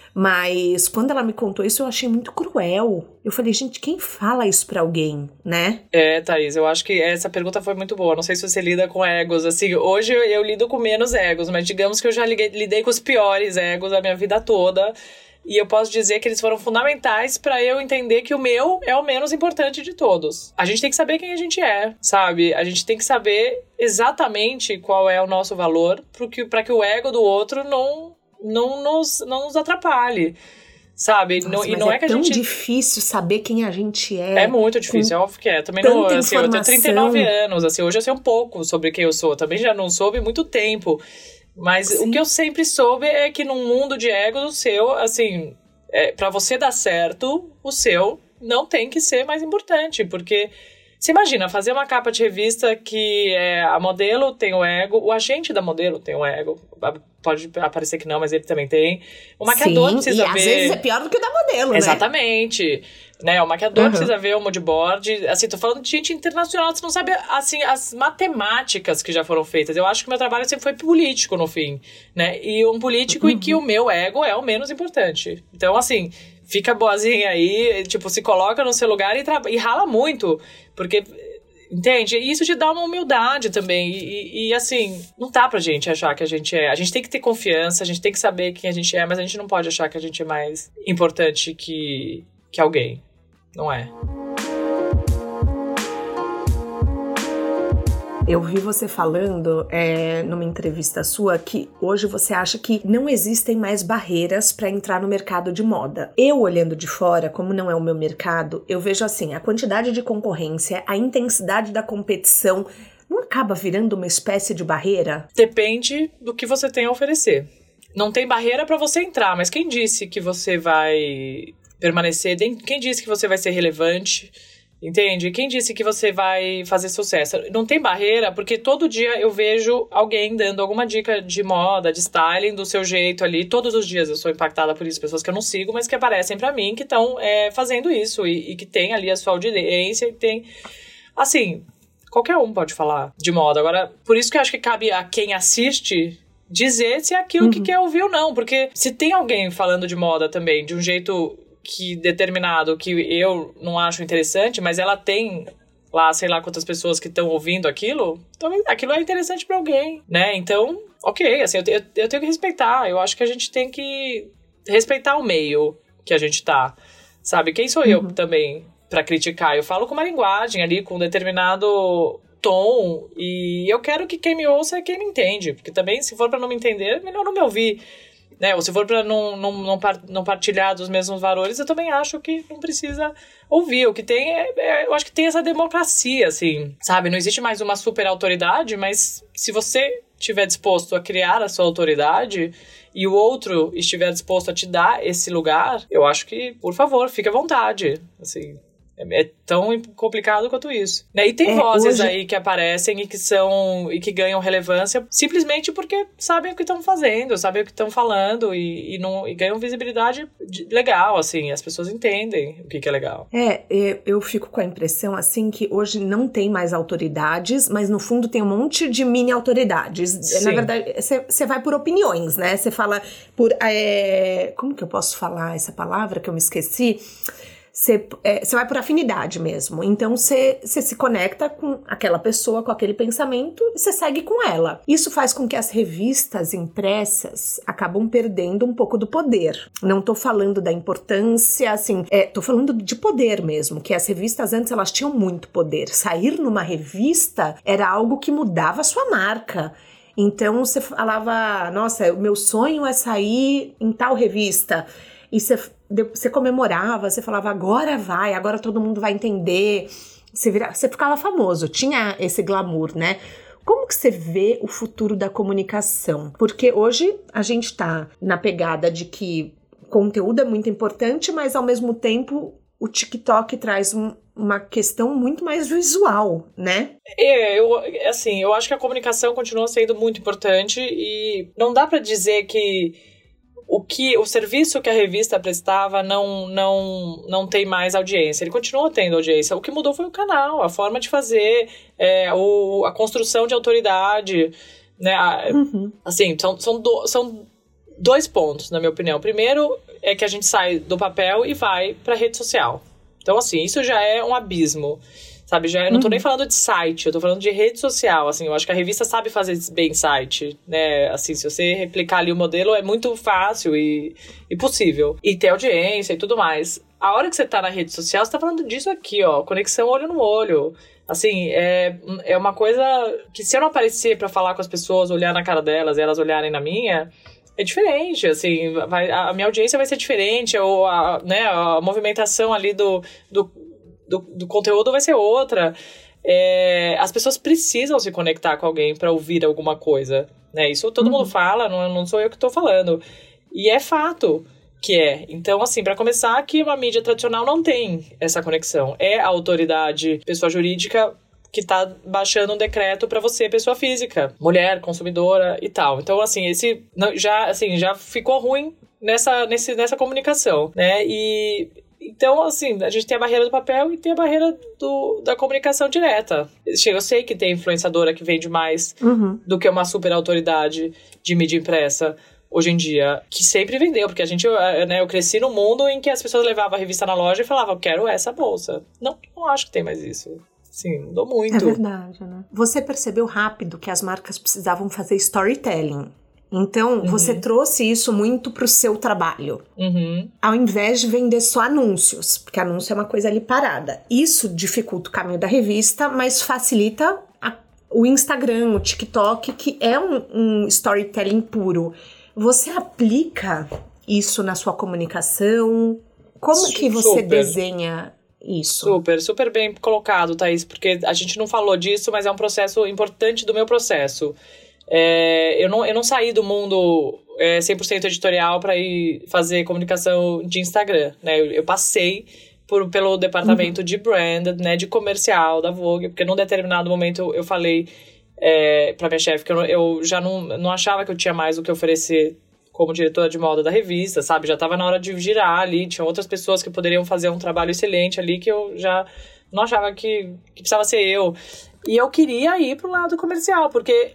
S2: Mas quando ela me contou isso, eu achei muito cruel. Eu falei, gente, quem fala isso pra alguém, né?
S3: Thaís, eu acho que essa pergunta foi muito boa. Não sei se você lida com egos. Assim, hoje eu lido com menos egos, mas digamos que eu já lidei com os piores egos da minha vida toda. E eu posso dizer que eles foram fundamentais pra eu entender que o meu é o menos importante de todos. A gente tem que saber quem a gente é, sabe? A gente tem que saber exatamente qual é o nosso valor pra que o ego do outro não nos atrapalhe, sabe?
S2: Nossa,
S3: e não é que a gente...
S2: É tão difícil saber quem a gente é.
S3: É muito difícil, é óbvio que é. Também não, assim, eu tenho 39 anos, assim, hoje eu sei um pouco sobre quem eu sou. Também já não soube muito tempo. Mas Sim. O que eu sempre soube é que num mundo de ego, o seu, assim, pra você dar certo, o seu não tem que ser mais importante, porque... Você imagina, fazer uma capa de revista que a modelo tem o ego, o agente da modelo tem o ego. Pode parecer que não, mas ele também tem. O maquiador precisa ver...
S2: às vezes é pior do que o da modelo,
S3: Exatamente. Né? O maquiador precisa ver o moodboard. Assim, tô falando de gente internacional, você não sabe, assim, as matemáticas que já foram feitas. Eu acho que o meu trabalho sempre foi político, no fim, né? E um político em que o meu ego é o menos importante. Então, assim... Fica boazinha aí, tipo, se coloca no seu lugar e rala muito. Porque, entende? Isso te dá uma humildade também. E assim, não dá pra gente achar que a gente é. A gente tem que ter confiança, a gente tem que saber quem a gente é, mas a gente não pode achar que a gente é mais importante que alguém. Não é.
S2: Eu vi você falando numa entrevista sua que hoje você acha que não existem mais barreiras para entrar no mercado de moda. Eu, olhando de fora, como não é o meu mercado, eu vejo assim, a quantidade de concorrência, a intensidade da competição, não acaba virando uma espécie de barreira?
S3: Depende do que você tem a oferecer. Não tem barreira para você entrar, mas quem disse que você vai permanecer? Quem disse que você vai ser relevante? Entende? Quem disse que você vai fazer sucesso? Não tem barreira, porque todo dia eu vejo alguém dando alguma dica de moda, de styling, do seu jeito ali. Todos os dias eu sou impactada por isso. Pessoas que eu não sigo, mas que aparecem pra mim, que estão fazendo isso. E que tem ali a sua audiência. E tem... Assim, qualquer um pode falar de moda. Agora, por isso que eu acho que cabe a quem assiste dizer se é aquilo que quer ouvir ou não. Porque se tem alguém falando de moda também, de um jeito... que determinado, que eu não acho interessante, mas ela tem lá, sei lá quantas pessoas que estão ouvindo aquilo, então aquilo é interessante pra alguém, né? Então, ok, assim, eu tenho que respeitar, eu acho que a gente tem que respeitar o meio que a gente tá, sabe? Quem sou eu também pra criticar? Eu falo com uma linguagem ali, com um determinado tom, e eu quero que quem me ouça é quem me entende, porque também, se for pra não me entender, é melhor não me ouvir. Né? Ou se for para não partilhar dos mesmos valores, eu também acho que não precisa ouvir. O que tem eu acho que tem essa democracia, assim, sabe? Não existe mais uma super autoridade, mas se você estiver disposto a criar a sua autoridade e o outro estiver disposto a te dar esse lugar, eu acho que, por favor, fique à vontade, assim... É tão complicado quanto isso. Né? E tem vozes aí que aparecem e que ganham relevância simplesmente porque sabem o que estão fazendo, sabem o que estão falando e ganham visibilidade legal, assim. As pessoas entendem o que é legal.
S2: Eu fico com a impressão, assim, que hoje não tem mais autoridades, mas no fundo tem um monte de mini autoridades. Sim. Na verdade, você vai por opiniões, né? Você fala por... como que eu posso falar essa palavra que eu me esqueci? Você vai por afinidade mesmo. Então, você se conecta com aquela pessoa, com aquele pensamento, e você segue com ela. Isso faz com que as revistas impressas acabam perdendo um pouco do poder. Não tô falando da importância, assim, tô falando de poder mesmo, que as revistas antes, elas tinham muito poder. Sair numa revista era algo que mudava a sua marca. Então, você falava, nossa, o meu sonho é sair em tal revista. E você comemorava, você falava, agora todo mundo vai entender. Você ficava famoso, tinha esse glamour, né? Como que você vê o futuro da comunicação? Porque hoje a gente tá na pegada de que conteúdo é muito importante, mas ao mesmo tempo o TikTok traz uma questão muito mais visual, né?
S3: Eu acho que a comunicação continua sendo muito importante e não dá pra dizer que o serviço que a revista prestava não tem mais audiência. Ele continua tendo audiência. O que mudou foi o canal, a forma de fazer, a construção de autoridade, né? Assim, são 2 pontos, na minha opinião. Primeiro é que a gente sai do papel e vai pra rede social. Então, assim, isso já é um abismo, sabe? Já, eu não tô nem falando de site, eu tô falando de rede social, assim. Eu acho que a revista sabe fazer bem site, né? Assim, se você replicar ali o modelo, é muito fácil e possível. E ter audiência e tudo mais. A hora que você tá na rede social, você tá falando disso aqui, ó. Conexão olho no olho. Assim, é uma coisa que se eu não aparecer pra falar com as pessoas, olhar na cara delas e elas olharem na minha... É diferente, assim, a minha audiência vai ser diferente, ou a movimentação ali do conteúdo vai ser outra. As pessoas precisam se conectar com alguém para ouvir alguma coisa, né? Isso todo mundo fala, não sou eu que estou falando. E é fato que é. Então, assim, para começar, que uma mídia tradicional não tem essa conexão. É a autoridade, pessoa jurídica, que tá baixando um decreto pra você, pessoa física, mulher, consumidora e tal. Então, assim, já ficou ruim nessa comunicação, né? E então, assim, a gente tem a barreira do papel e tem a barreira da comunicação direta. Eu sei que tem influenciadora que vende mais do que uma super autoridade de mídia impressa hoje em dia, que sempre vendeu, porque eu cresci num mundo em que as pessoas levavam a revista na loja e falavam, eu quero essa bolsa. Não acho que tem mais isso. Sim, mudou muito.
S2: É verdade, né? Você percebeu rápido que as marcas precisavam fazer storytelling. Então, você trouxe isso muito pro seu trabalho. Ao invés de vender só anúncios, porque anúncio é uma coisa ali parada. Isso dificulta o caminho da revista, mas facilita o Instagram, o TikTok, que é um storytelling puro. Você aplica isso na sua comunicação? Como que você desenha isso?
S3: Super bem colocado, Thaís, porque a gente não falou disso, mas é um processo importante do meu processo. Eu não saí do mundo 100% editorial para ir fazer comunicação de Instagram, né? Eu passei pelo departamento de brand, né, de comercial da Vogue, porque num determinado momento eu falei para minha chefe que eu já não achava que eu tinha mais o que oferecer como diretora de moda da revista, sabe? Já estava na hora de girar ali, tinha outras pessoas que poderiam fazer um trabalho excelente ali, que eu já não achava que precisava ser eu. E eu queria ir pro lado comercial, porque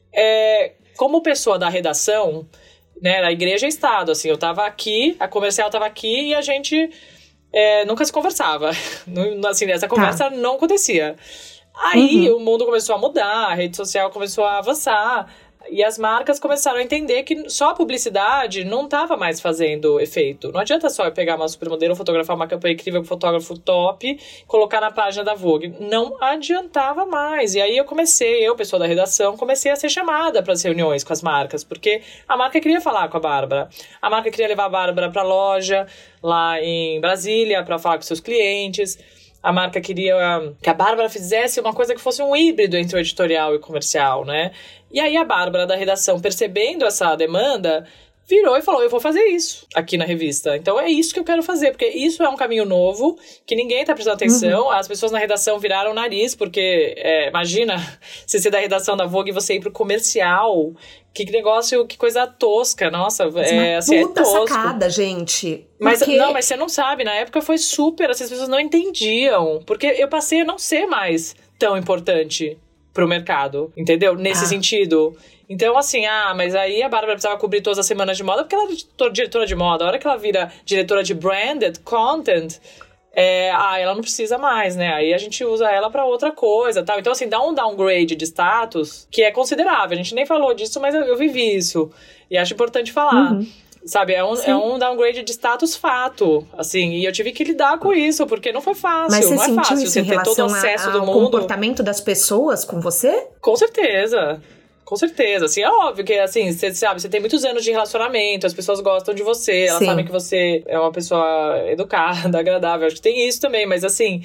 S3: como pessoa da redação, né, na igreja e Estado, assim, eu estava aqui, a comercial estava aqui e a gente nunca se conversava. Assim, essa conversa não acontecia. Aí o mundo começou a mudar, a rede social começou a avançar, e as marcas começaram a entender que só a publicidade não estava mais fazendo efeito. Não adianta só eu pegar uma supermodelo, fotografar uma campanha incrível com um fotógrafo top, colocar na página da Vogue. Não adiantava mais. E aí eu, pessoa da redação, comecei a ser chamada para as reuniões com as marcas, porque a marca queria falar com a Bárbara. A marca queria levar a Bárbara para a loja, lá em Brasília, para falar com seus clientes. A marca queria que a Bárbara fizesse uma coisa que fosse um híbrido entre o editorial e o comercial, né? E aí a Bárbara da redação, percebendo essa demanda, virou e falou, eu vou fazer isso aqui na revista. Então é isso que eu quero fazer, porque isso é um caminho novo, que ninguém tá prestando atenção. As pessoas na redação viraram o nariz, porque imagina você ser da redação da Vogue e você ir pro comercial. Que negócio, que coisa tosca, nossa, assim,
S2: puta
S3: tosco.
S2: Sacada, gente.
S3: Mas você não sabe, na época foi super, as pessoas não entendiam, porque eu passei a não ser mais tão importante pro mercado, entendeu? Nesse sentido. Então, assim, mas aí a Bárbara precisava cobrir todas as semanas de moda, porque ela é diretora de moda. A hora que ela vira diretora de branded content, ela não precisa mais, né? Aí a gente usa ela pra outra coisa, tal. Então, assim, dá um downgrade de status que é considerável. A gente nem falou disso, mas eu vivi isso. E acho importante falar. Sabe, é um downgrade de status fato, assim, e eu tive que lidar com isso, porque não foi fácil.
S2: Mas
S3: não é fácil você ter todo o acesso do mundo.
S2: O comportamento das pessoas com você?
S3: Com certeza. Com certeza, assim, é óbvio que, assim, você sabe, você tem muitos anos de relacionamento, as pessoas gostam de você, elas sabem que você é uma pessoa educada, agradável, acho que tem isso também, mas, assim,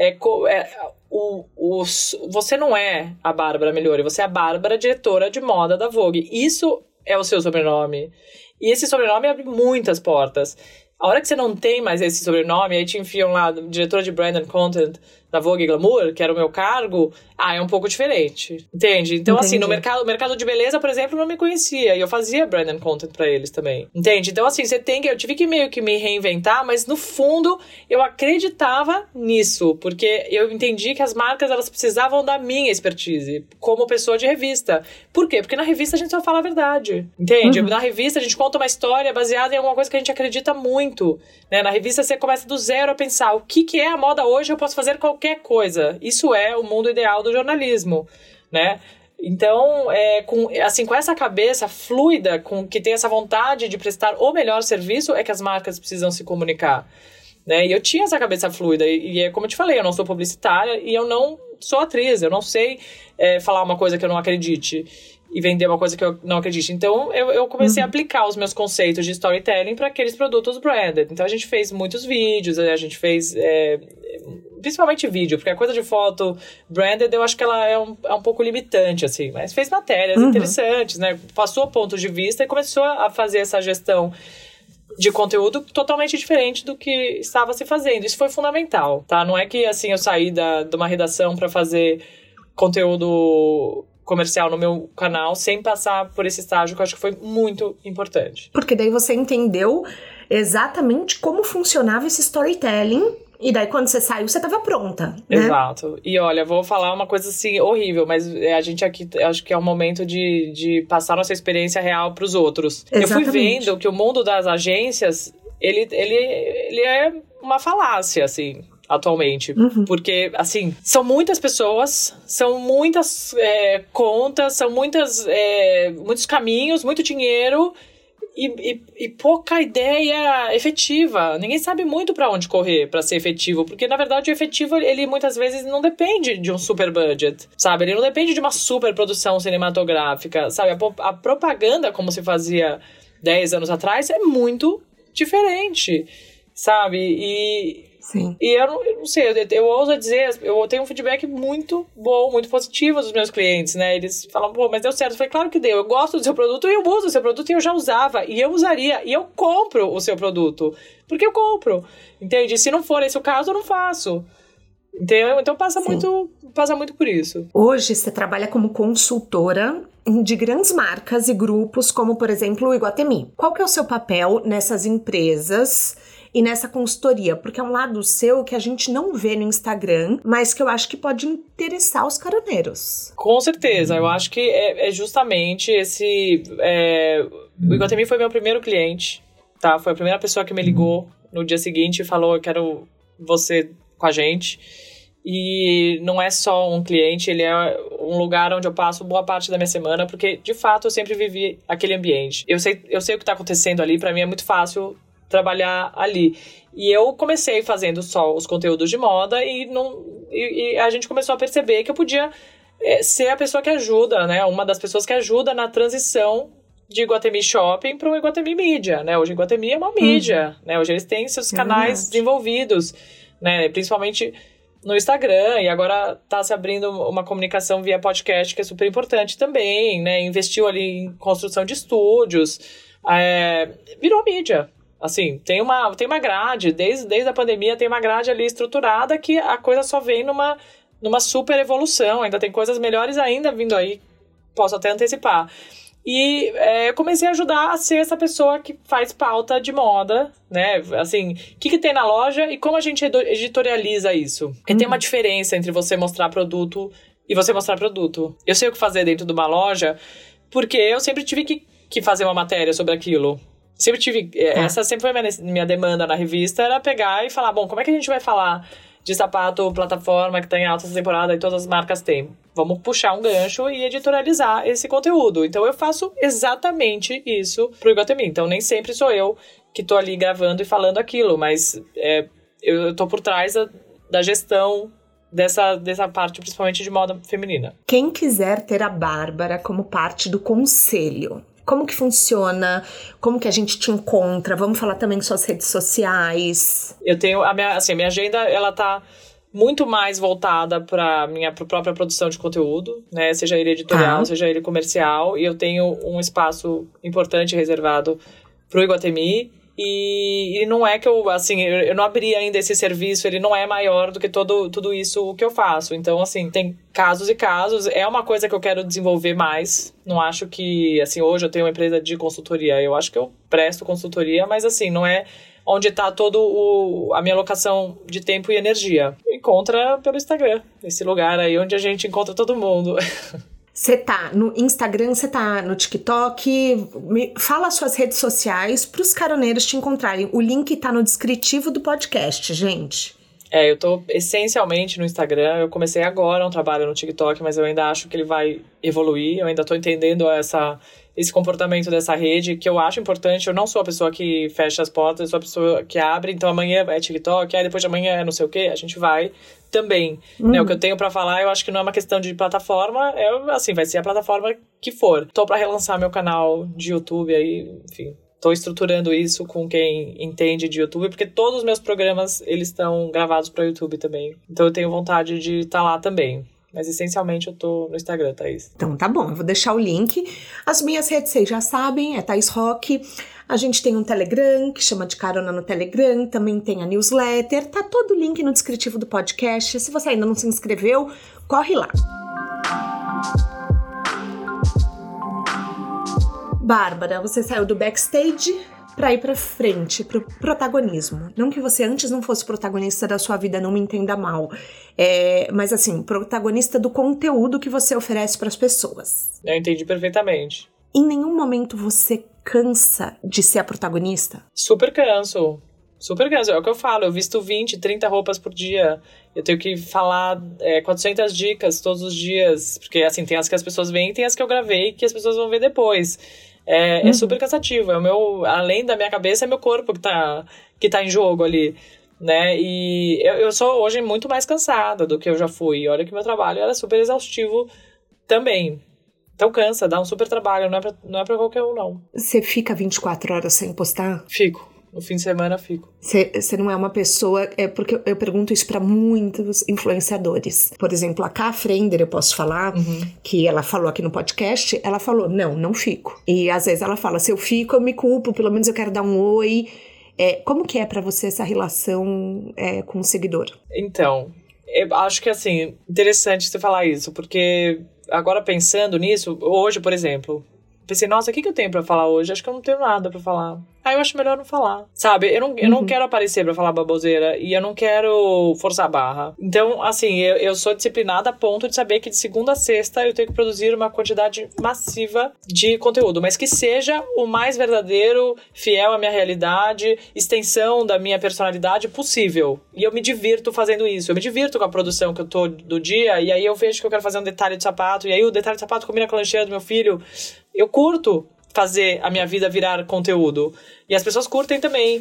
S3: você não é a Bárbara Migliori, você é a Bárbara, diretora de moda da Vogue. Isso é o seu sobrenome. E esse sobrenome abre muitas portas. A hora que você não tem mais esse sobrenome, aí te enfiam lá, diretora de Brand and Content da Vogue Glamour, que era o meu cargo, é um pouco diferente, entende? Então, assim, no mercado de beleza, por exemplo, não me conhecia, e eu fazia brand and content pra eles também, entende? Então, assim, eu tive que meio que me reinventar, mas no fundo, eu acreditava nisso, porque eu entendi que as marcas, elas precisavam da minha expertise, como pessoa de revista. Por quê? Porque na revista a gente só fala a verdade, entende? Na revista a gente conta uma história baseada em alguma coisa que a gente acredita muito, né? Na revista você começa do zero a pensar, o que é a moda hoje? Eu posso fazer qualquer coisa. Isso é o mundo ideal do jornalismo, né? Então, com essa cabeça fluida, que tem essa vontade de prestar o melhor serviço, é que as marcas precisam se comunicar, né? E eu tinha essa cabeça fluida, e é como eu te falei, eu não sou publicitária e eu não sou atriz, eu não sei falar uma coisa que eu não acredite e vender uma coisa que eu não acredite. Então, eu comecei a aplicar os meus conceitos de storytelling para aqueles produtos branded. Então, a gente fez muitos vídeos, a gente fez... principalmente vídeo, porque a coisa de foto branded, eu acho que ela é um pouco limitante, assim. Mas fez matérias interessantes, né? Passou pontos de vista e começou a fazer essa gestão de conteúdo totalmente diferente do que estava se fazendo. Isso foi fundamental, tá? Não é que, assim, eu saí de uma redação para fazer conteúdo comercial no meu canal sem passar por esse estágio, que eu acho que foi muito importante.
S2: Porque daí você entendeu exatamente como funcionava esse storytelling, e daí quando você saiu, você estava pronta, né?
S3: Exato. E olha, vou falar uma coisa assim, horrível, mas a gente aqui, acho que é um momento de passar nossa experiência real para os outros. Exatamente. Eu fui vendo que o mundo das agências, ele é uma falácia, assim, atualmente. Porque, assim, são muitas pessoas, são muitas contas, são muitos caminhos, muito dinheiro e pouca ideia efetiva. Ninguém sabe muito pra onde correr pra ser efetivo, porque, na verdade, o efetivo, ele muitas vezes não depende de um super budget, sabe? Ele não depende de uma super produção cinematográfica, sabe? A propaganda, como se fazia 10 anos atrás, é muito diferente, sabe?
S2: Sim.
S3: E eu não sei, eu ouso dizer, eu tenho um feedback muito bom, muito positivo dos meus clientes, né? Eles falam, pô, mas deu certo. Eu falei, claro que deu. Eu gosto do seu produto e eu uso o seu produto e eu já usava. E eu usaria. E eu compro o seu produto. Porque eu compro. Entende? Se não for esse o caso, eu não faço. Entendeu? Então passa muito por isso.
S2: Hoje você trabalha como consultora de grandes marcas e grupos, como, por exemplo, o Iguatemi. Qual que é o seu papel nessas empresas e nessa consultoria? Porque é um lado seu que a gente não vê no Instagram, mas que eu acho que pode interessar os caroneiros.
S3: Com certeza, eu acho que é justamente esse... O Iguatemi foi meu primeiro cliente, tá? Foi a primeira pessoa que me ligou no dia seguinte e falou, eu quero você com a gente. E não é só um cliente, ele é um lugar onde eu passo boa parte da minha semana, porque, de fato, eu sempre vivi aquele ambiente. Eu sei o que está acontecendo ali, para mim é muito fácil trabalhar ali. E eu comecei fazendo só os conteúdos de moda e a gente começou a perceber que eu podia ser a pessoa que ajuda, né? Uma das pessoas que ajuda na transição de Iguatemi Shopping para o Iguatemi Mídia, né? Hoje o Iguatemi é uma mídia, né? Hoje eles têm seus canais desenvolvidos, né? Principalmente no Instagram, e agora tá se abrindo uma comunicação via podcast, que é super importante também, né? Investiu ali em construção de estúdios, virou mídia. Assim, tem uma grade, desde a pandemia tem uma grade ali estruturada que a coisa só vem numa super evolução, ainda tem coisas melhores ainda vindo aí, posso até antecipar. E eu comecei a ajudar a ser essa pessoa que faz pauta de moda, né? Assim, o que tem na loja e como a gente editorializa isso. Porque tem uma diferença entre você mostrar produto e você mostrar produto. Eu sei o que fazer dentro de uma loja, porque eu sempre tive que fazer uma matéria sobre aquilo. Sempre tive... Essa sempre foi minha demanda na revista, era pegar e falar, bom, como é que a gente vai falar de sapato, plataforma, que tá em alta temporada e todas as marcas têm? Vamos puxar um gancho e editorializar esse conteúdo. Então, eu faço exatamente isso pro Iguatemi. Então, nem sempre sou eu que tô ali gravando e falando aquilo, mas eu tô por trás da gestão dessa parte, principalmente de moda feminina.
S2: Quem quiser ter a Bárbara como parte do conselho, como que funciona? Como que a gente te encontra? Vamos falar também suas redes sociais.
S3: Eu tenho a minha agenda, ela tá muito mais voltada para minha própria produção de conteúdo, né? Seja ele editorial, seja ele comercial. E eu tenho um espaço importante reservado pro Iguatemi E não é que eu não abri ainda esse serviço, ele não é maior do que tudo isso que eu faço. Então, assim, tem casos e casos. É uma coisa que eu quero desenvolver mais. Não acho que, assim, hoje eu tenho uma empresa de consultoria. Eu acho que eu presto consultoria, mas, assim, não é onde está a minha alocação de tempo e energia. Encontra pelo Instagram, esse lugar aí onde a gente encontra todo mundo.
S2: Você tá no Instagram, você tá no TikTok, fala suas redes sociais para os caroneiros te encontrarem. O link tá no descritivo do podcast, gente.
S3: Eu tô essencialmente no Instagram. Eu comecei agora um trabalho no TikTok, mas eu ainda acho que ele vai evoluir. Eu ainda tô entendendo esse comportamento dessa rede, que eu acho importante. Eu não sou a pessoa que fecha as portas, eu sou a pessoa que abre. Então amanhã é TikTok, aí depois de amanhã é não sei o quê. A gente vai também. Né? O que eu tenho pra falar, eu acho que não é uma questão de plataforma. Vai ser a plataforma que for. Tô pra relançar meu canal de YouTube aí, enfim. Tô estruturando isso com quem entende de YouTube, porque todos os meus programas, eles estão gravados para YouTube também. Então eu tenho vontade de estar lá também. Mas essencialmente eu tô no Instagram, Thaís.
S2: Então tá bom, eu vou deixar o link. As minhas redes vocês já sabem, é Thaís Roque. A gente tem um Telegram, que chama de Carona no Telegram. Também tem a newsletter. Tá todo o link no descritivo do podcast. Se você ainda não se inscreveu, corre lá. Bárbara, você saiu do backstage pra ir pra frente, pro protagonismo. Não que você antes não fosse protagonista da sua vida, não me entenda mal. Mas assim, protagonista do conteúdo que você oferece pras pessoas.
S3: Eu entendi perfeitamente.
S2: Em nenhum momento você cansa de ser a protagonista?
S3: Super canso. É o que eu falo, eu visto 20, 30 roupas por dia. Eu tenho que falar 400 dicas todos os dias. Porque, assim, tem as que as pessoas veem e tem as que eu gravei que as pessoas vão ver depois. É super cansativo. Além da minha cabeça, é meu corpo que tá em jogo ali, né? E eu sou hoje muito mais cansada do que eu já fui. E olha que meu trabalho era super exaustivo também. Então cansa, dá um super trabalho. Não é pra qualquer um, não.
S2: Você fica 24 horas sem postar?
S3: Fico. No fim de semana fico.
S2: Você não é uma pessoa... porque eu pergunto isso pra muitos influenciadores. Por exemplo, a Ká Frender, eu posso falar, que ela falou aqui no podcast, ela falou, não fico. E às vezes ela fala, se eu fico, eu me culpo, pelo menos eu quero dar um oi. Como que é pra você essa relação com o seguidor?
S3: Então, eu acho que, assim, interessante você falar isso, porque agora pensando nisso, hoje, por exemplo... Pensei, nossa, o que eu tenho pra falar hoje? Acho que eu não tenho nada pra falar. Eu acho melhor não falar. Sabe? Eu não quero aparecer pra falar baboseira e eu não quero forçar a barra. Então, assim, eu sou disciplinada a ponto de saber que de segunda a sexta eu tenho que produzir uma quantidade massiva de conteúdo, mas que seja o mais verdadeiro, fiel à minha realidade, extensão da minha personalidade possível. E eu me divirto fazendo isso. Eu me divirto com a produção que eu tô do dia e aí eu vejo que eu quero fazer um detalhe de sapato e aí o detalhe de sapato combina com a lancheira do meu filho. Eu curto fazer a minha vida virar conteúdo. E as pessoas curtem também.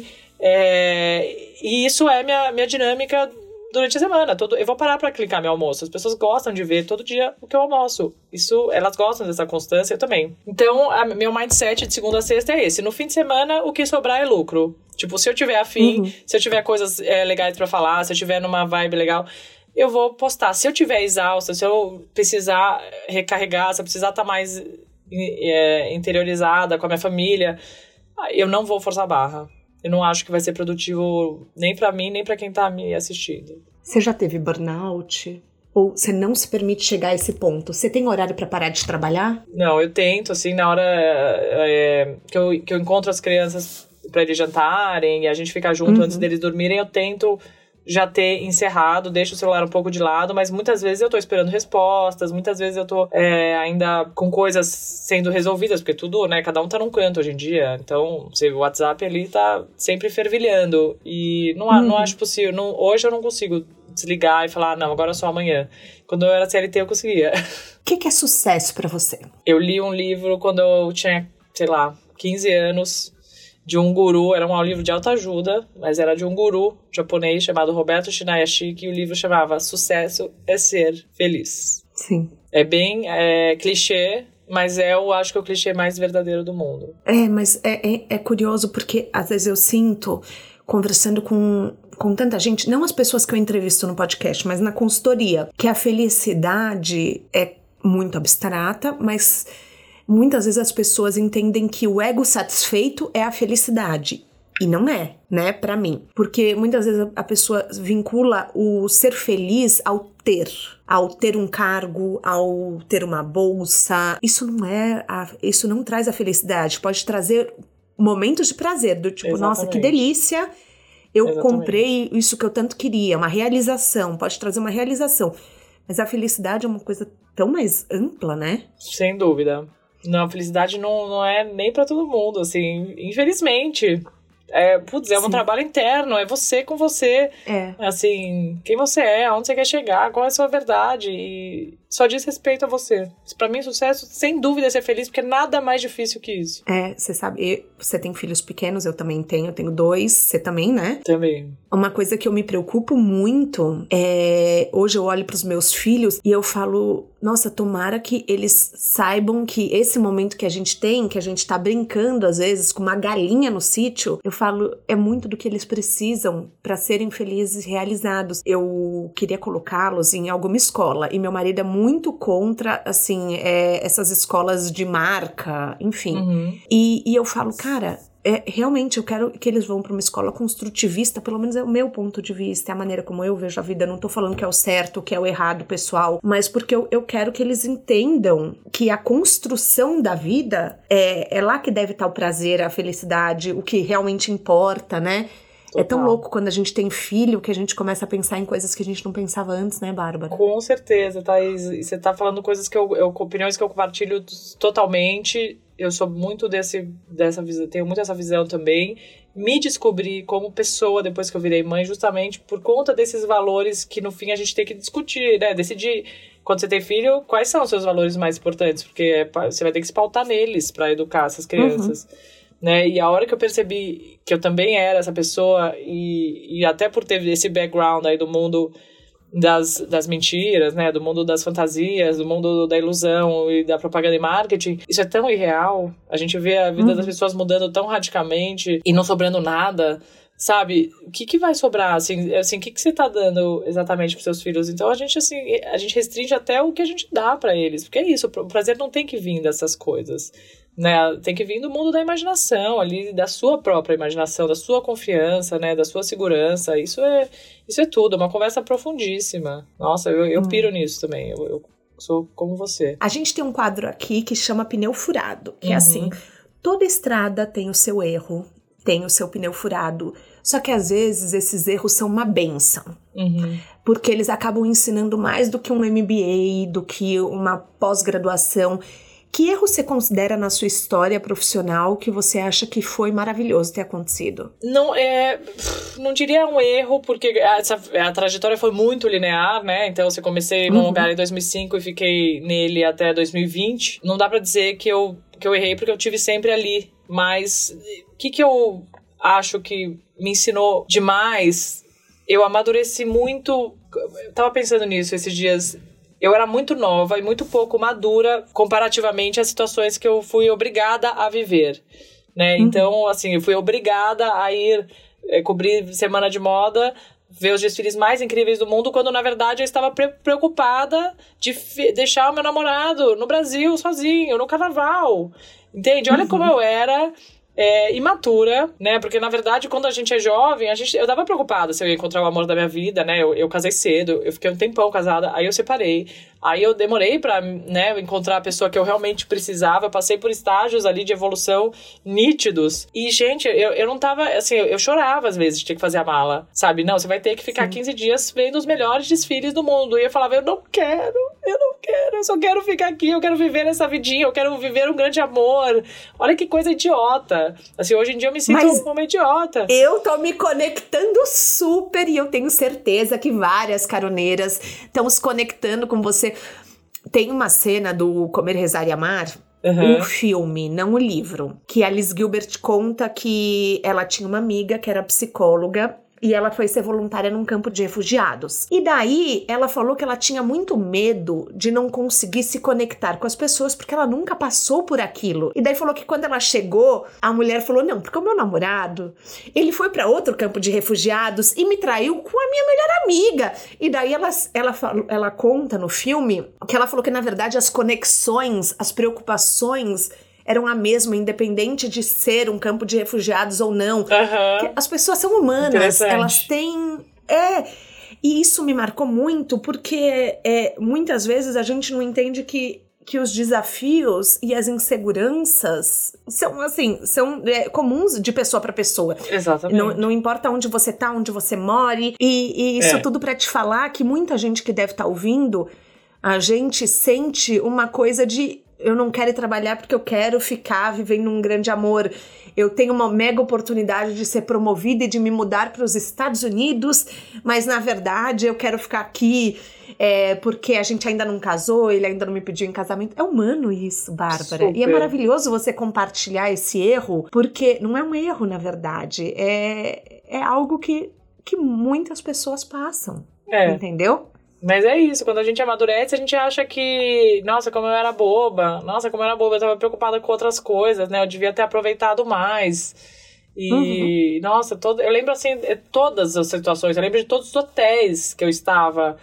S3: E isso é minha dinâmica durante a semana. Eu vou parar pra clicar meu almoço. As pessoas gostam de ver todo dia o que eu almoço. Elas gostam dessa constância, eu também. Então, meu mindset de segunda a sexta é esse. No fim de semana, o que sobrar é lucro. Tipo, se eu tiver afim, se eu tiver coisas legais pra falar, se eu tiver numa vibe legal... eu vou postar. Se eu tiver exausta, se eu precisar recarregar, se eu precisar estar mais... interiorizada com a minha família, eu não vou forçar a barra. Eu não acho que vai ser produtivo nem pra mim, nem pra quem tá me assistindo.
S2: Você já teve burnout? Ou você não se permite chegar a esse ponto? Você tem horário pra parar de trabalhar?
S3: Não, eu tento, assim, na hora que eu encontro as crianças pra eles jantarem e a gente fica junto antes deles dormirem, eu tento já ter encerrado, deixo o celular um pouco de lado, mas muitas vezes eu tô esperando respostas, muitas vezes eu tô ainda com coisas sendo resolvidas, porque tudo, né, cada um tá num canto hoje em dia, então o WhatsApp ali tá sempre fervilhando, e não acho possível, hoje eu não consigo desligar e falar, não, agora é só amanhã. Quando eu era CLT eu conseguia.
S2: O que é sucesso pra você?
S3: Eu li um livro quando eu tinha, 15 anos, de um guru, era um livro de autoajuda, mas era de um guru japonês chamado Roberto Shinayashiki, e o livro chamava Sucesso é Ser Feliz.
S2: Sim.
S3: É bem clichê, mas eu acho que é o clichê mais verdadeiro do mundo.
S2: Mas é curioso porque às vezes eu sinto, conversando com tanta gente, não as pessoas que eu entrevisto no podcast, mas na consultoria, que a felicidade é muito abstrata, mas... muitas vezes as pessoas entendem que o ego satisfeito é a felicidade. E não é, né, pra mim. Porque muitas vezes a pessoa vincula o ser feliz ao ter um cargo, ao ter uma bolsa. Isso não traz a felicidade. Pode trazer momentos de prazer, do tipo,
S3: Exatamente.
S2: Nossa, que delícia, eu
S3: Exatamente.
S2: comprei isso que eu tanto queria, uma realização, pode trazer uma realização. Mas a felicidade é uma coisa tão mais ampla, né?
S3: Sem dúvida. Não, a felicidade não é nem pra todo mundo, assim, infelizmente. É um trabalho interno, é você com você. Assim, quem você é, aonde você quer chegar, qual é a sua verdade. E só diz respeito a você. Pra mim, sucesso, sem dúvida, é ser feliz, porque nada mais difícil que isso.
S2: Você sabe, você tem filhos pequenos, eu também tenho 2, você também, né?
S3: Também.
S2: Uma coisa que eu me preocupo muito é... Hoje eu olho pros meus filhos e eu falo... Nossa, tomara que eles saibam que esse momento que a gente tem, que a gente tá brincando às vezes com uma galinha no sítio, eu falo, é muito do que eles precisam pra serem felizes e realizados. Eu queria colocá-los em alguma escola e meu marido é muito contra, assim, essas escolas de marca, enfim.
S3: Uhum.
S2: E eu falo, cara... realmente eu quero que eles vão para uma escola construtivista, pelo menos é o meu ponto de vista, é a maneira como eu vejo a vida. Não tô falando que é o certo, que é o errado, pessoal, mas porque eu quero que eles entendam que a construção da vida é lá que deve estar o prazer, a felicidade, o que realmente importa, né? Total. É tão louco quando a gente tem filho que a gente começa a pensar em coisas que a gente não pensava antes, né, Bárbara?
S3: Com certeza, Thaís. Você tá falando coisas opiniões que eu compartilho totalmente. Eu sou muito dessa visão, tenho muito essa visão também. Me descobri como pessoa depois que eu virei mãe, justamente por conta desses valores que no fim a gente tem que discutir, né? Decidir, quando você tem filho, quais são os seus valores mais importantes, porque você vai ter que se pautar neles para educar essas crianças. Né? E a hora que eu percebi que eu também era essa pessoa, e até por ter esse background aí do mundo das mentiras, né? Do mundo das fantasias, do mundo da ilusão e da propaganda e marketing, isso é tão irreal. A gente vê a vida das pessoas mudando tão radicalmente e não sobrando nada, sabe? O que vai sobrar? Assim, o que você tá dando exatamente pros seus filhos? Então a gente restringe até o que a gente dá pra eles, porque é isso, o prazer não tem que vir dessas coisas, né? Tem que vir do mundo da imaginação, ali, da sua própria imaginação, da sua confiança, né? Da sua segurança. Isso é tudo, é uma conversa profundíssima. Nossa, eu piro nisso também. Eu sou como você.
S2: A gente tem um quadro aqui que chama Pneu Furado, que é assim, toda estrada tem o seu erro, tem o seu pneu furado, só que às vezes esses erros são uma bênção. Porque eles acabam ensinando mais do que um MBA, do que uma pós-graduação. Que erro você considera na sua história profissional que você acha que foi maravilhoso ter acontecido?
S3: Não diria um erro, porque a trajetória foi muito linear, né? Então, eu comecei num lugar em 2005 e fiquei nele até 2020. Não dá pra dizer que eu errei, porque eu tive sempre ali. Mas o que eu acho que me ensinou demais? Eu amadureci muito... Eu tava pensando nisso esses dias... Eu era muito nova e muito pouco madura comparativamente às situações que eu fui obrigada a viver, né? Então, assim, eu fui obrigada a ir cobrir semana de moda, ver os desfiles mais incríveis do mundo, quando, na verdade, eu estava preocupada de deixar o meu namorado no Brasil, sozinho, no carnaval. Entende? Olha como eu era... imatura, né? Porque, na verdade, quando a gente é jovem, eu tava preocupada se eu ia encontrar o amor da minha vida, né? Eu casei cedo, eu fiquei um tempão casada, aí eu separei. Aí eu demorei pra, né, encontrar a pessoa que eu realmente precisava. Eu passei por estágios ali de evolução nítidos. E, gente, eu não tava... Assim, eu chorava às vezes de ter que fazer a mala, sabe? Não, você vai ter que ficar 15 dias vendo os melhores desfiles do mundo. E eu falava, eu não quero, eu só quero ficar aqui, eu quero viver essa vidinha, eu quero viver um grande amor. Olha que coisa idiota. Assim, hoje em dia eu me sinto uma idiota.
S2: Eu tô me conectando super e eu tenho certeza que várias caroneiras estão se conectando com você. Tem uma cena do Comer, Rezar e Amar, um filme, não o livro, que a Liz Gilbert conta que ela tinha uma amiga que era psicóloga e ela foi ser voluntária num campo de refugiados. E daí, ela falou que ela tinha muito medo de não conseguir se conectar com as pessoas, porque ela nunca passou por aquilo. E daí falou que quando ela chegou, a mulher falou, não, porque o meu namorado, ele foi pra outro campo de refugiados e me traiu com a minha melhor amiga. E daí ela conta no filme que ela falou que, na verdade, as conexões, as preocupações... eram a mesma, independente de ser um campo de refugiados ou não. As pessoas são humanas, elas têm... E isso me marcou muito, porque muitas vezes a gente não entende que os desafios e as inseguranças são comuns de pessoa para pessoa.
S3: Exatamente.
S2: Não importa onde você tá, onde você mora. E isso tudo para te falar que muita gente que deve estar ouvindo, a gente sente uma coisa de eu não quero ir trabalhar porque eu quero ficar vivendo um grande amor. Eu tenho uma mega oportunidade de ser promovida e de me mudar para os Estados Unidos, mas na verdade eu quero ficar aqui porque a gente ainda não casou, ele ainda não me pediu em casamento. É humano isso, Bárbara. Super. E é maravilhoso você compartilhar esse erro, porque não é um erro, na verdade. É algo que muitas pessoas passam, entendeu?
S3: Mas é isso, quando a gente amadurece, a gente acha que, nossa, como eu era boba, eu tava preocupada com outras coisas, né, eu devia ter aproveitado mais, e, nossa, eu lembro, assim, todas as situações, eu lembro de todos os hotéis que eu estava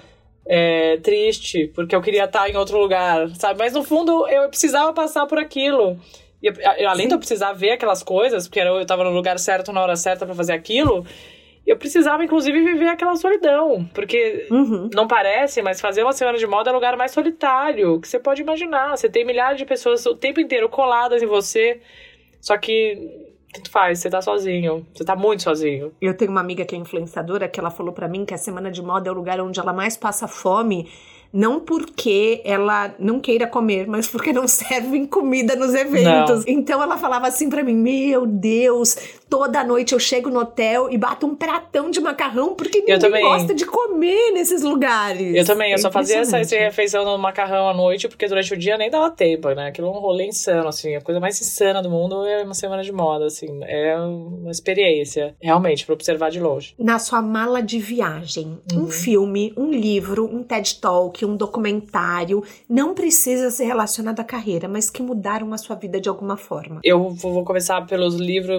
S3: triste, porque eu queria estar em outro lugar, sabe, mas no fundo eu precisava passar por aquilo, e além de eu precisar ver aquelas coisas, porque eu tava no lugar certo, na hora certa pra fazer aquilo, eu precisava, inclusive, viver aquela solidão. Porque não parece, mas fazer uma semana de moda é o lugar mais solitário que você pode imaginar. Você tem milhares de pessoas o tempo inteiro coladas em você. Só que, tanto faz, você tá sozinho. Você tá muito sozinho.
S2: Eu tenho uma amiga que é influenciadora que ela falou pra mim que a semana de moda é o lugar onde ela mais passa fome. Não porque ela não queira comer, mas porque não servem comida nos eventos. Não. Então ela falava assim pra mim, meu Deus, toda noite eu chego no hotel e bato um pratão de macarrão porque ninguém gosta de comer nesses lugares.
S3: Eu também, eu só fazia essa refeição no macarrão à noite porque durante o dia nem dava tempo, né? Aquilo é um rolê insano, assim, a coisa mais insana do mundo é uma semana de moda, assim, é uma experiência, realmente, pra observar de longe.
S2: Na sua mala de viagem, um filme, um livro, um TED Talk, um documentário, não precisa ser relacionado à carreira, mas que mudaram a sua vida de alguma forma.
S3: Eu vou começar pelos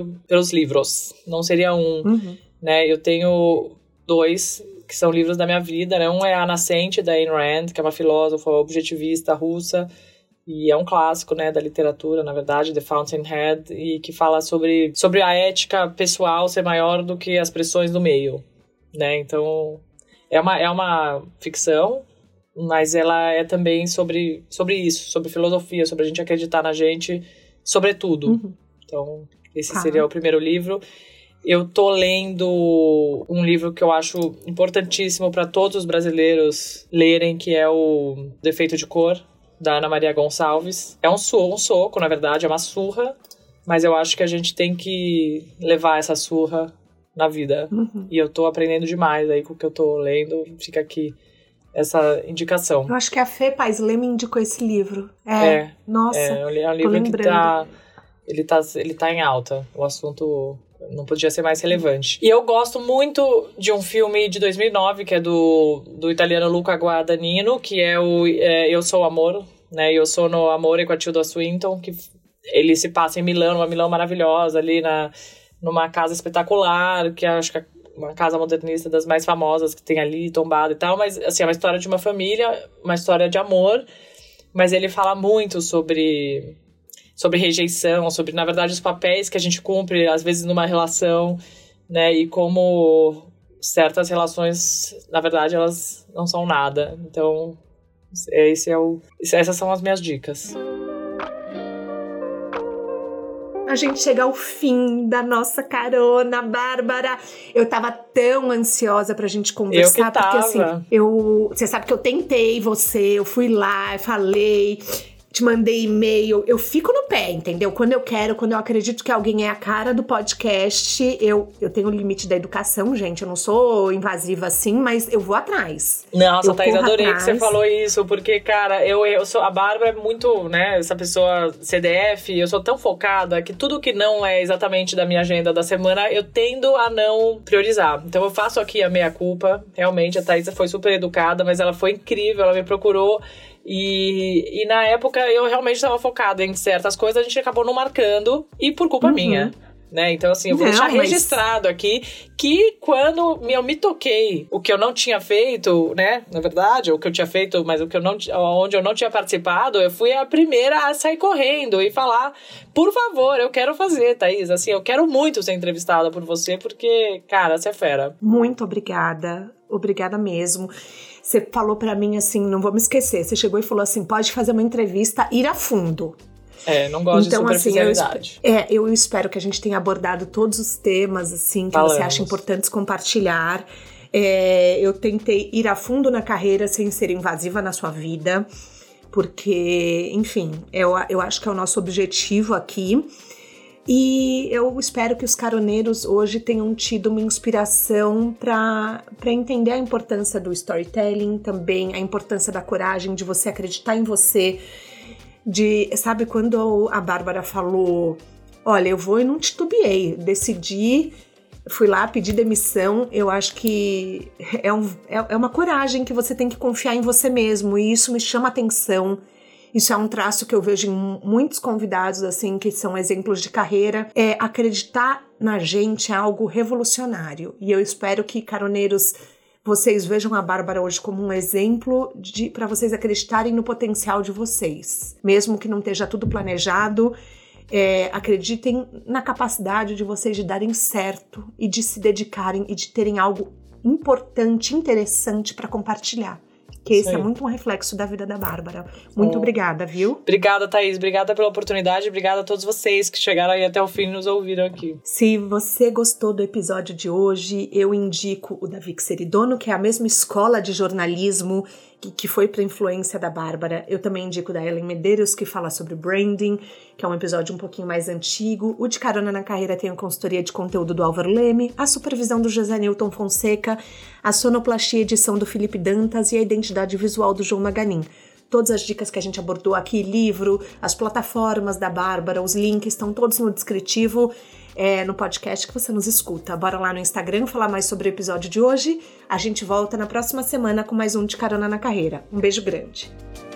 S3: livros. Não seria um, né? Eu tenho 2 que são livros da minha vida, né? Um é A Nascente, da Ayn Rand, que é uma filósofa objetivista russa, e é um clássico, né, da literatura, na verdade, The Fountainhead, e que fala sobre a ética pessoal ser maior do que as pressões do meio, né? Então, é uma ficção, mas ela é também sobre isso, sobre filosofia, sobre a gente acreditar na gente, sobretudo. Então, esse seria o primeiro livro. Eu tô lendo um livro que eu acho importantíssimo para todos os brasileiros lerem, que é o Defeito de Cor, da Ana Maria Gonçalves. É um soco, na verdade, é uma surra, mas eu acho que a gente tem que levar essa surra na vida. E eu tô aprendendo demais aí com o que eu tô lendo. Fica aqui essa indicação.
S2: Eu acho que a Fê Paz Lê me indicou esse livro. Nossa,
S3: é um livro que ele tá em alta. O assunto não podia ser mais relevante. E eu gosto muito de um filme de 2009, que é do italiano Luca Guadagnino, que é o Eu Sou Amor, né? Eu Sou no Amore com a Tilda Swinton, que ele se passa em Milão, uma Milão maravilhosa, ali numa casa espetacular, que acho que é uma casa modernista das mais famosas que tem ali, tombada e tal, mas assim, é uma história de uma família, uma história de amor, mas ele fala muito sobre rejeição, sobre, na verdade, os papéis que a gente cumpre, às vezes, numa relação, né, e como certas relações, na verdade, elas não são nada. Então, essas são as minhas dicas.
S2: A gente chega ao fim da nossa carona, Bárbara. Eu tava tão ansiosa pra gente conversar. Porque assim, você sabe que eu tentei eu fui lá, eu falei, te mandei e-mail, eu fico no pé, entendeu? Quando eu acredito que alguém é a cara do podcast, eu tenho o limite da educação, gente, eu não sou invasiva assim, mas eu vou atrás.
S3: Nossa, Thaís, adorei que você falou isso, porque, cara, eu sou, a Bárbara é muito, né, essa pessoa CDF, eu sou tão focada que tudo que não é exatamente da minha agenda da semana, eu tendo a não priorizar. Então eu faço aqui a meia-culpa, realmente, a Thaís foi super educada, mas ela foi incrível, ela me procurou. E na época eu realmente estava focada em certas coisas, a gente acabou não marcando, e por culpa minha, né? Então, assim, eu vou deixar registrado aqui que quando eu me toquei, o que eu não tinha feito, né? Na verdade, o que eu tinha feito, mas onde eu não tinha participado, eu fui a primeira a sair correndo e falar, por favor, eu quero fazer, Thaís. Assim, eu quero muito ser entrevistada por você, porque, cara, você é fera.
S2: Muito obrigada. Obrigada mesmo. Você falou pra mim assim, não vou me esquecer, você chegou e falou assim, pode fazer uma entrevista, ir a fundo.
S3: Não gosto de superficialidade.
S2: Assim, eu espero que a gente tenha abordado todos os temas, assim, que você acha importantes compartilhar. Eu tentei ir a fundo na carreira sem ser invasiva na sua vida, porque, enfim, eu acho que é o nosso objetivo aqui. E eu espero que os caroneiros hoje tenham tido uma inspiração para entender a importância do storytelling, também a importância da coragem, de você acreditar em você. Sabe, quando a Bárbara falou, olha, eu vou e não titubeei, decidi, fui lá, pedi demissão, eu acho que é uma coragem que você tem que confiar em você mesmo, e isso me chama atenção. Isso é um traço que eu vejo em muitos convidados, assim, que são exemplos de carreira. Acreditar na gente é algo revolucionário. E eu espero que, caroneiros, vocês vejam a Bárbara hoje como um exemplo para vocês acreditarem no potencial de vocês. Mesmo que não esteja tudo planejado, acreditem na capacidade de vocês de darem certo e de se dedicarem e de terem algo importante, interessante para compartilhar. Que esse é muito um reflexo da vida da Bárbara. Muito obrigada, viu?
S3: Obrigada, Thaís. Obrigada pela oportunidade. Obrigada a todos vocês que chegaram aí até o fim e nos ouviram aqui.
S2: Se você gostou do episódio de hoje, eu indico o da Vic Seridono, que é a mesma escola de jornalismo que foi para influência da Bárbara. Eu também indico da Ellen Medeiros, que fala sobre branding, que é um episódio um pouquinho mais antigo. O de Carona na Carreira tem a consultoria de conteúdo do Álvaro Leme, a supervisão do José Newton Fonseca, a sonoplastia e edição do Felipe Dantas e a identidade visual do João Maganin. Todas as dicas que a gente abordou aqui, livro, as plataformas da Bárbara, os links estão todos no descritivo, no podcast que você nos escuta. Bora lá no Instagram falar mais sobre o episódio de hoje. A gente volta na próxima semana com mais um de Carona na Carreira. Um beijo grande.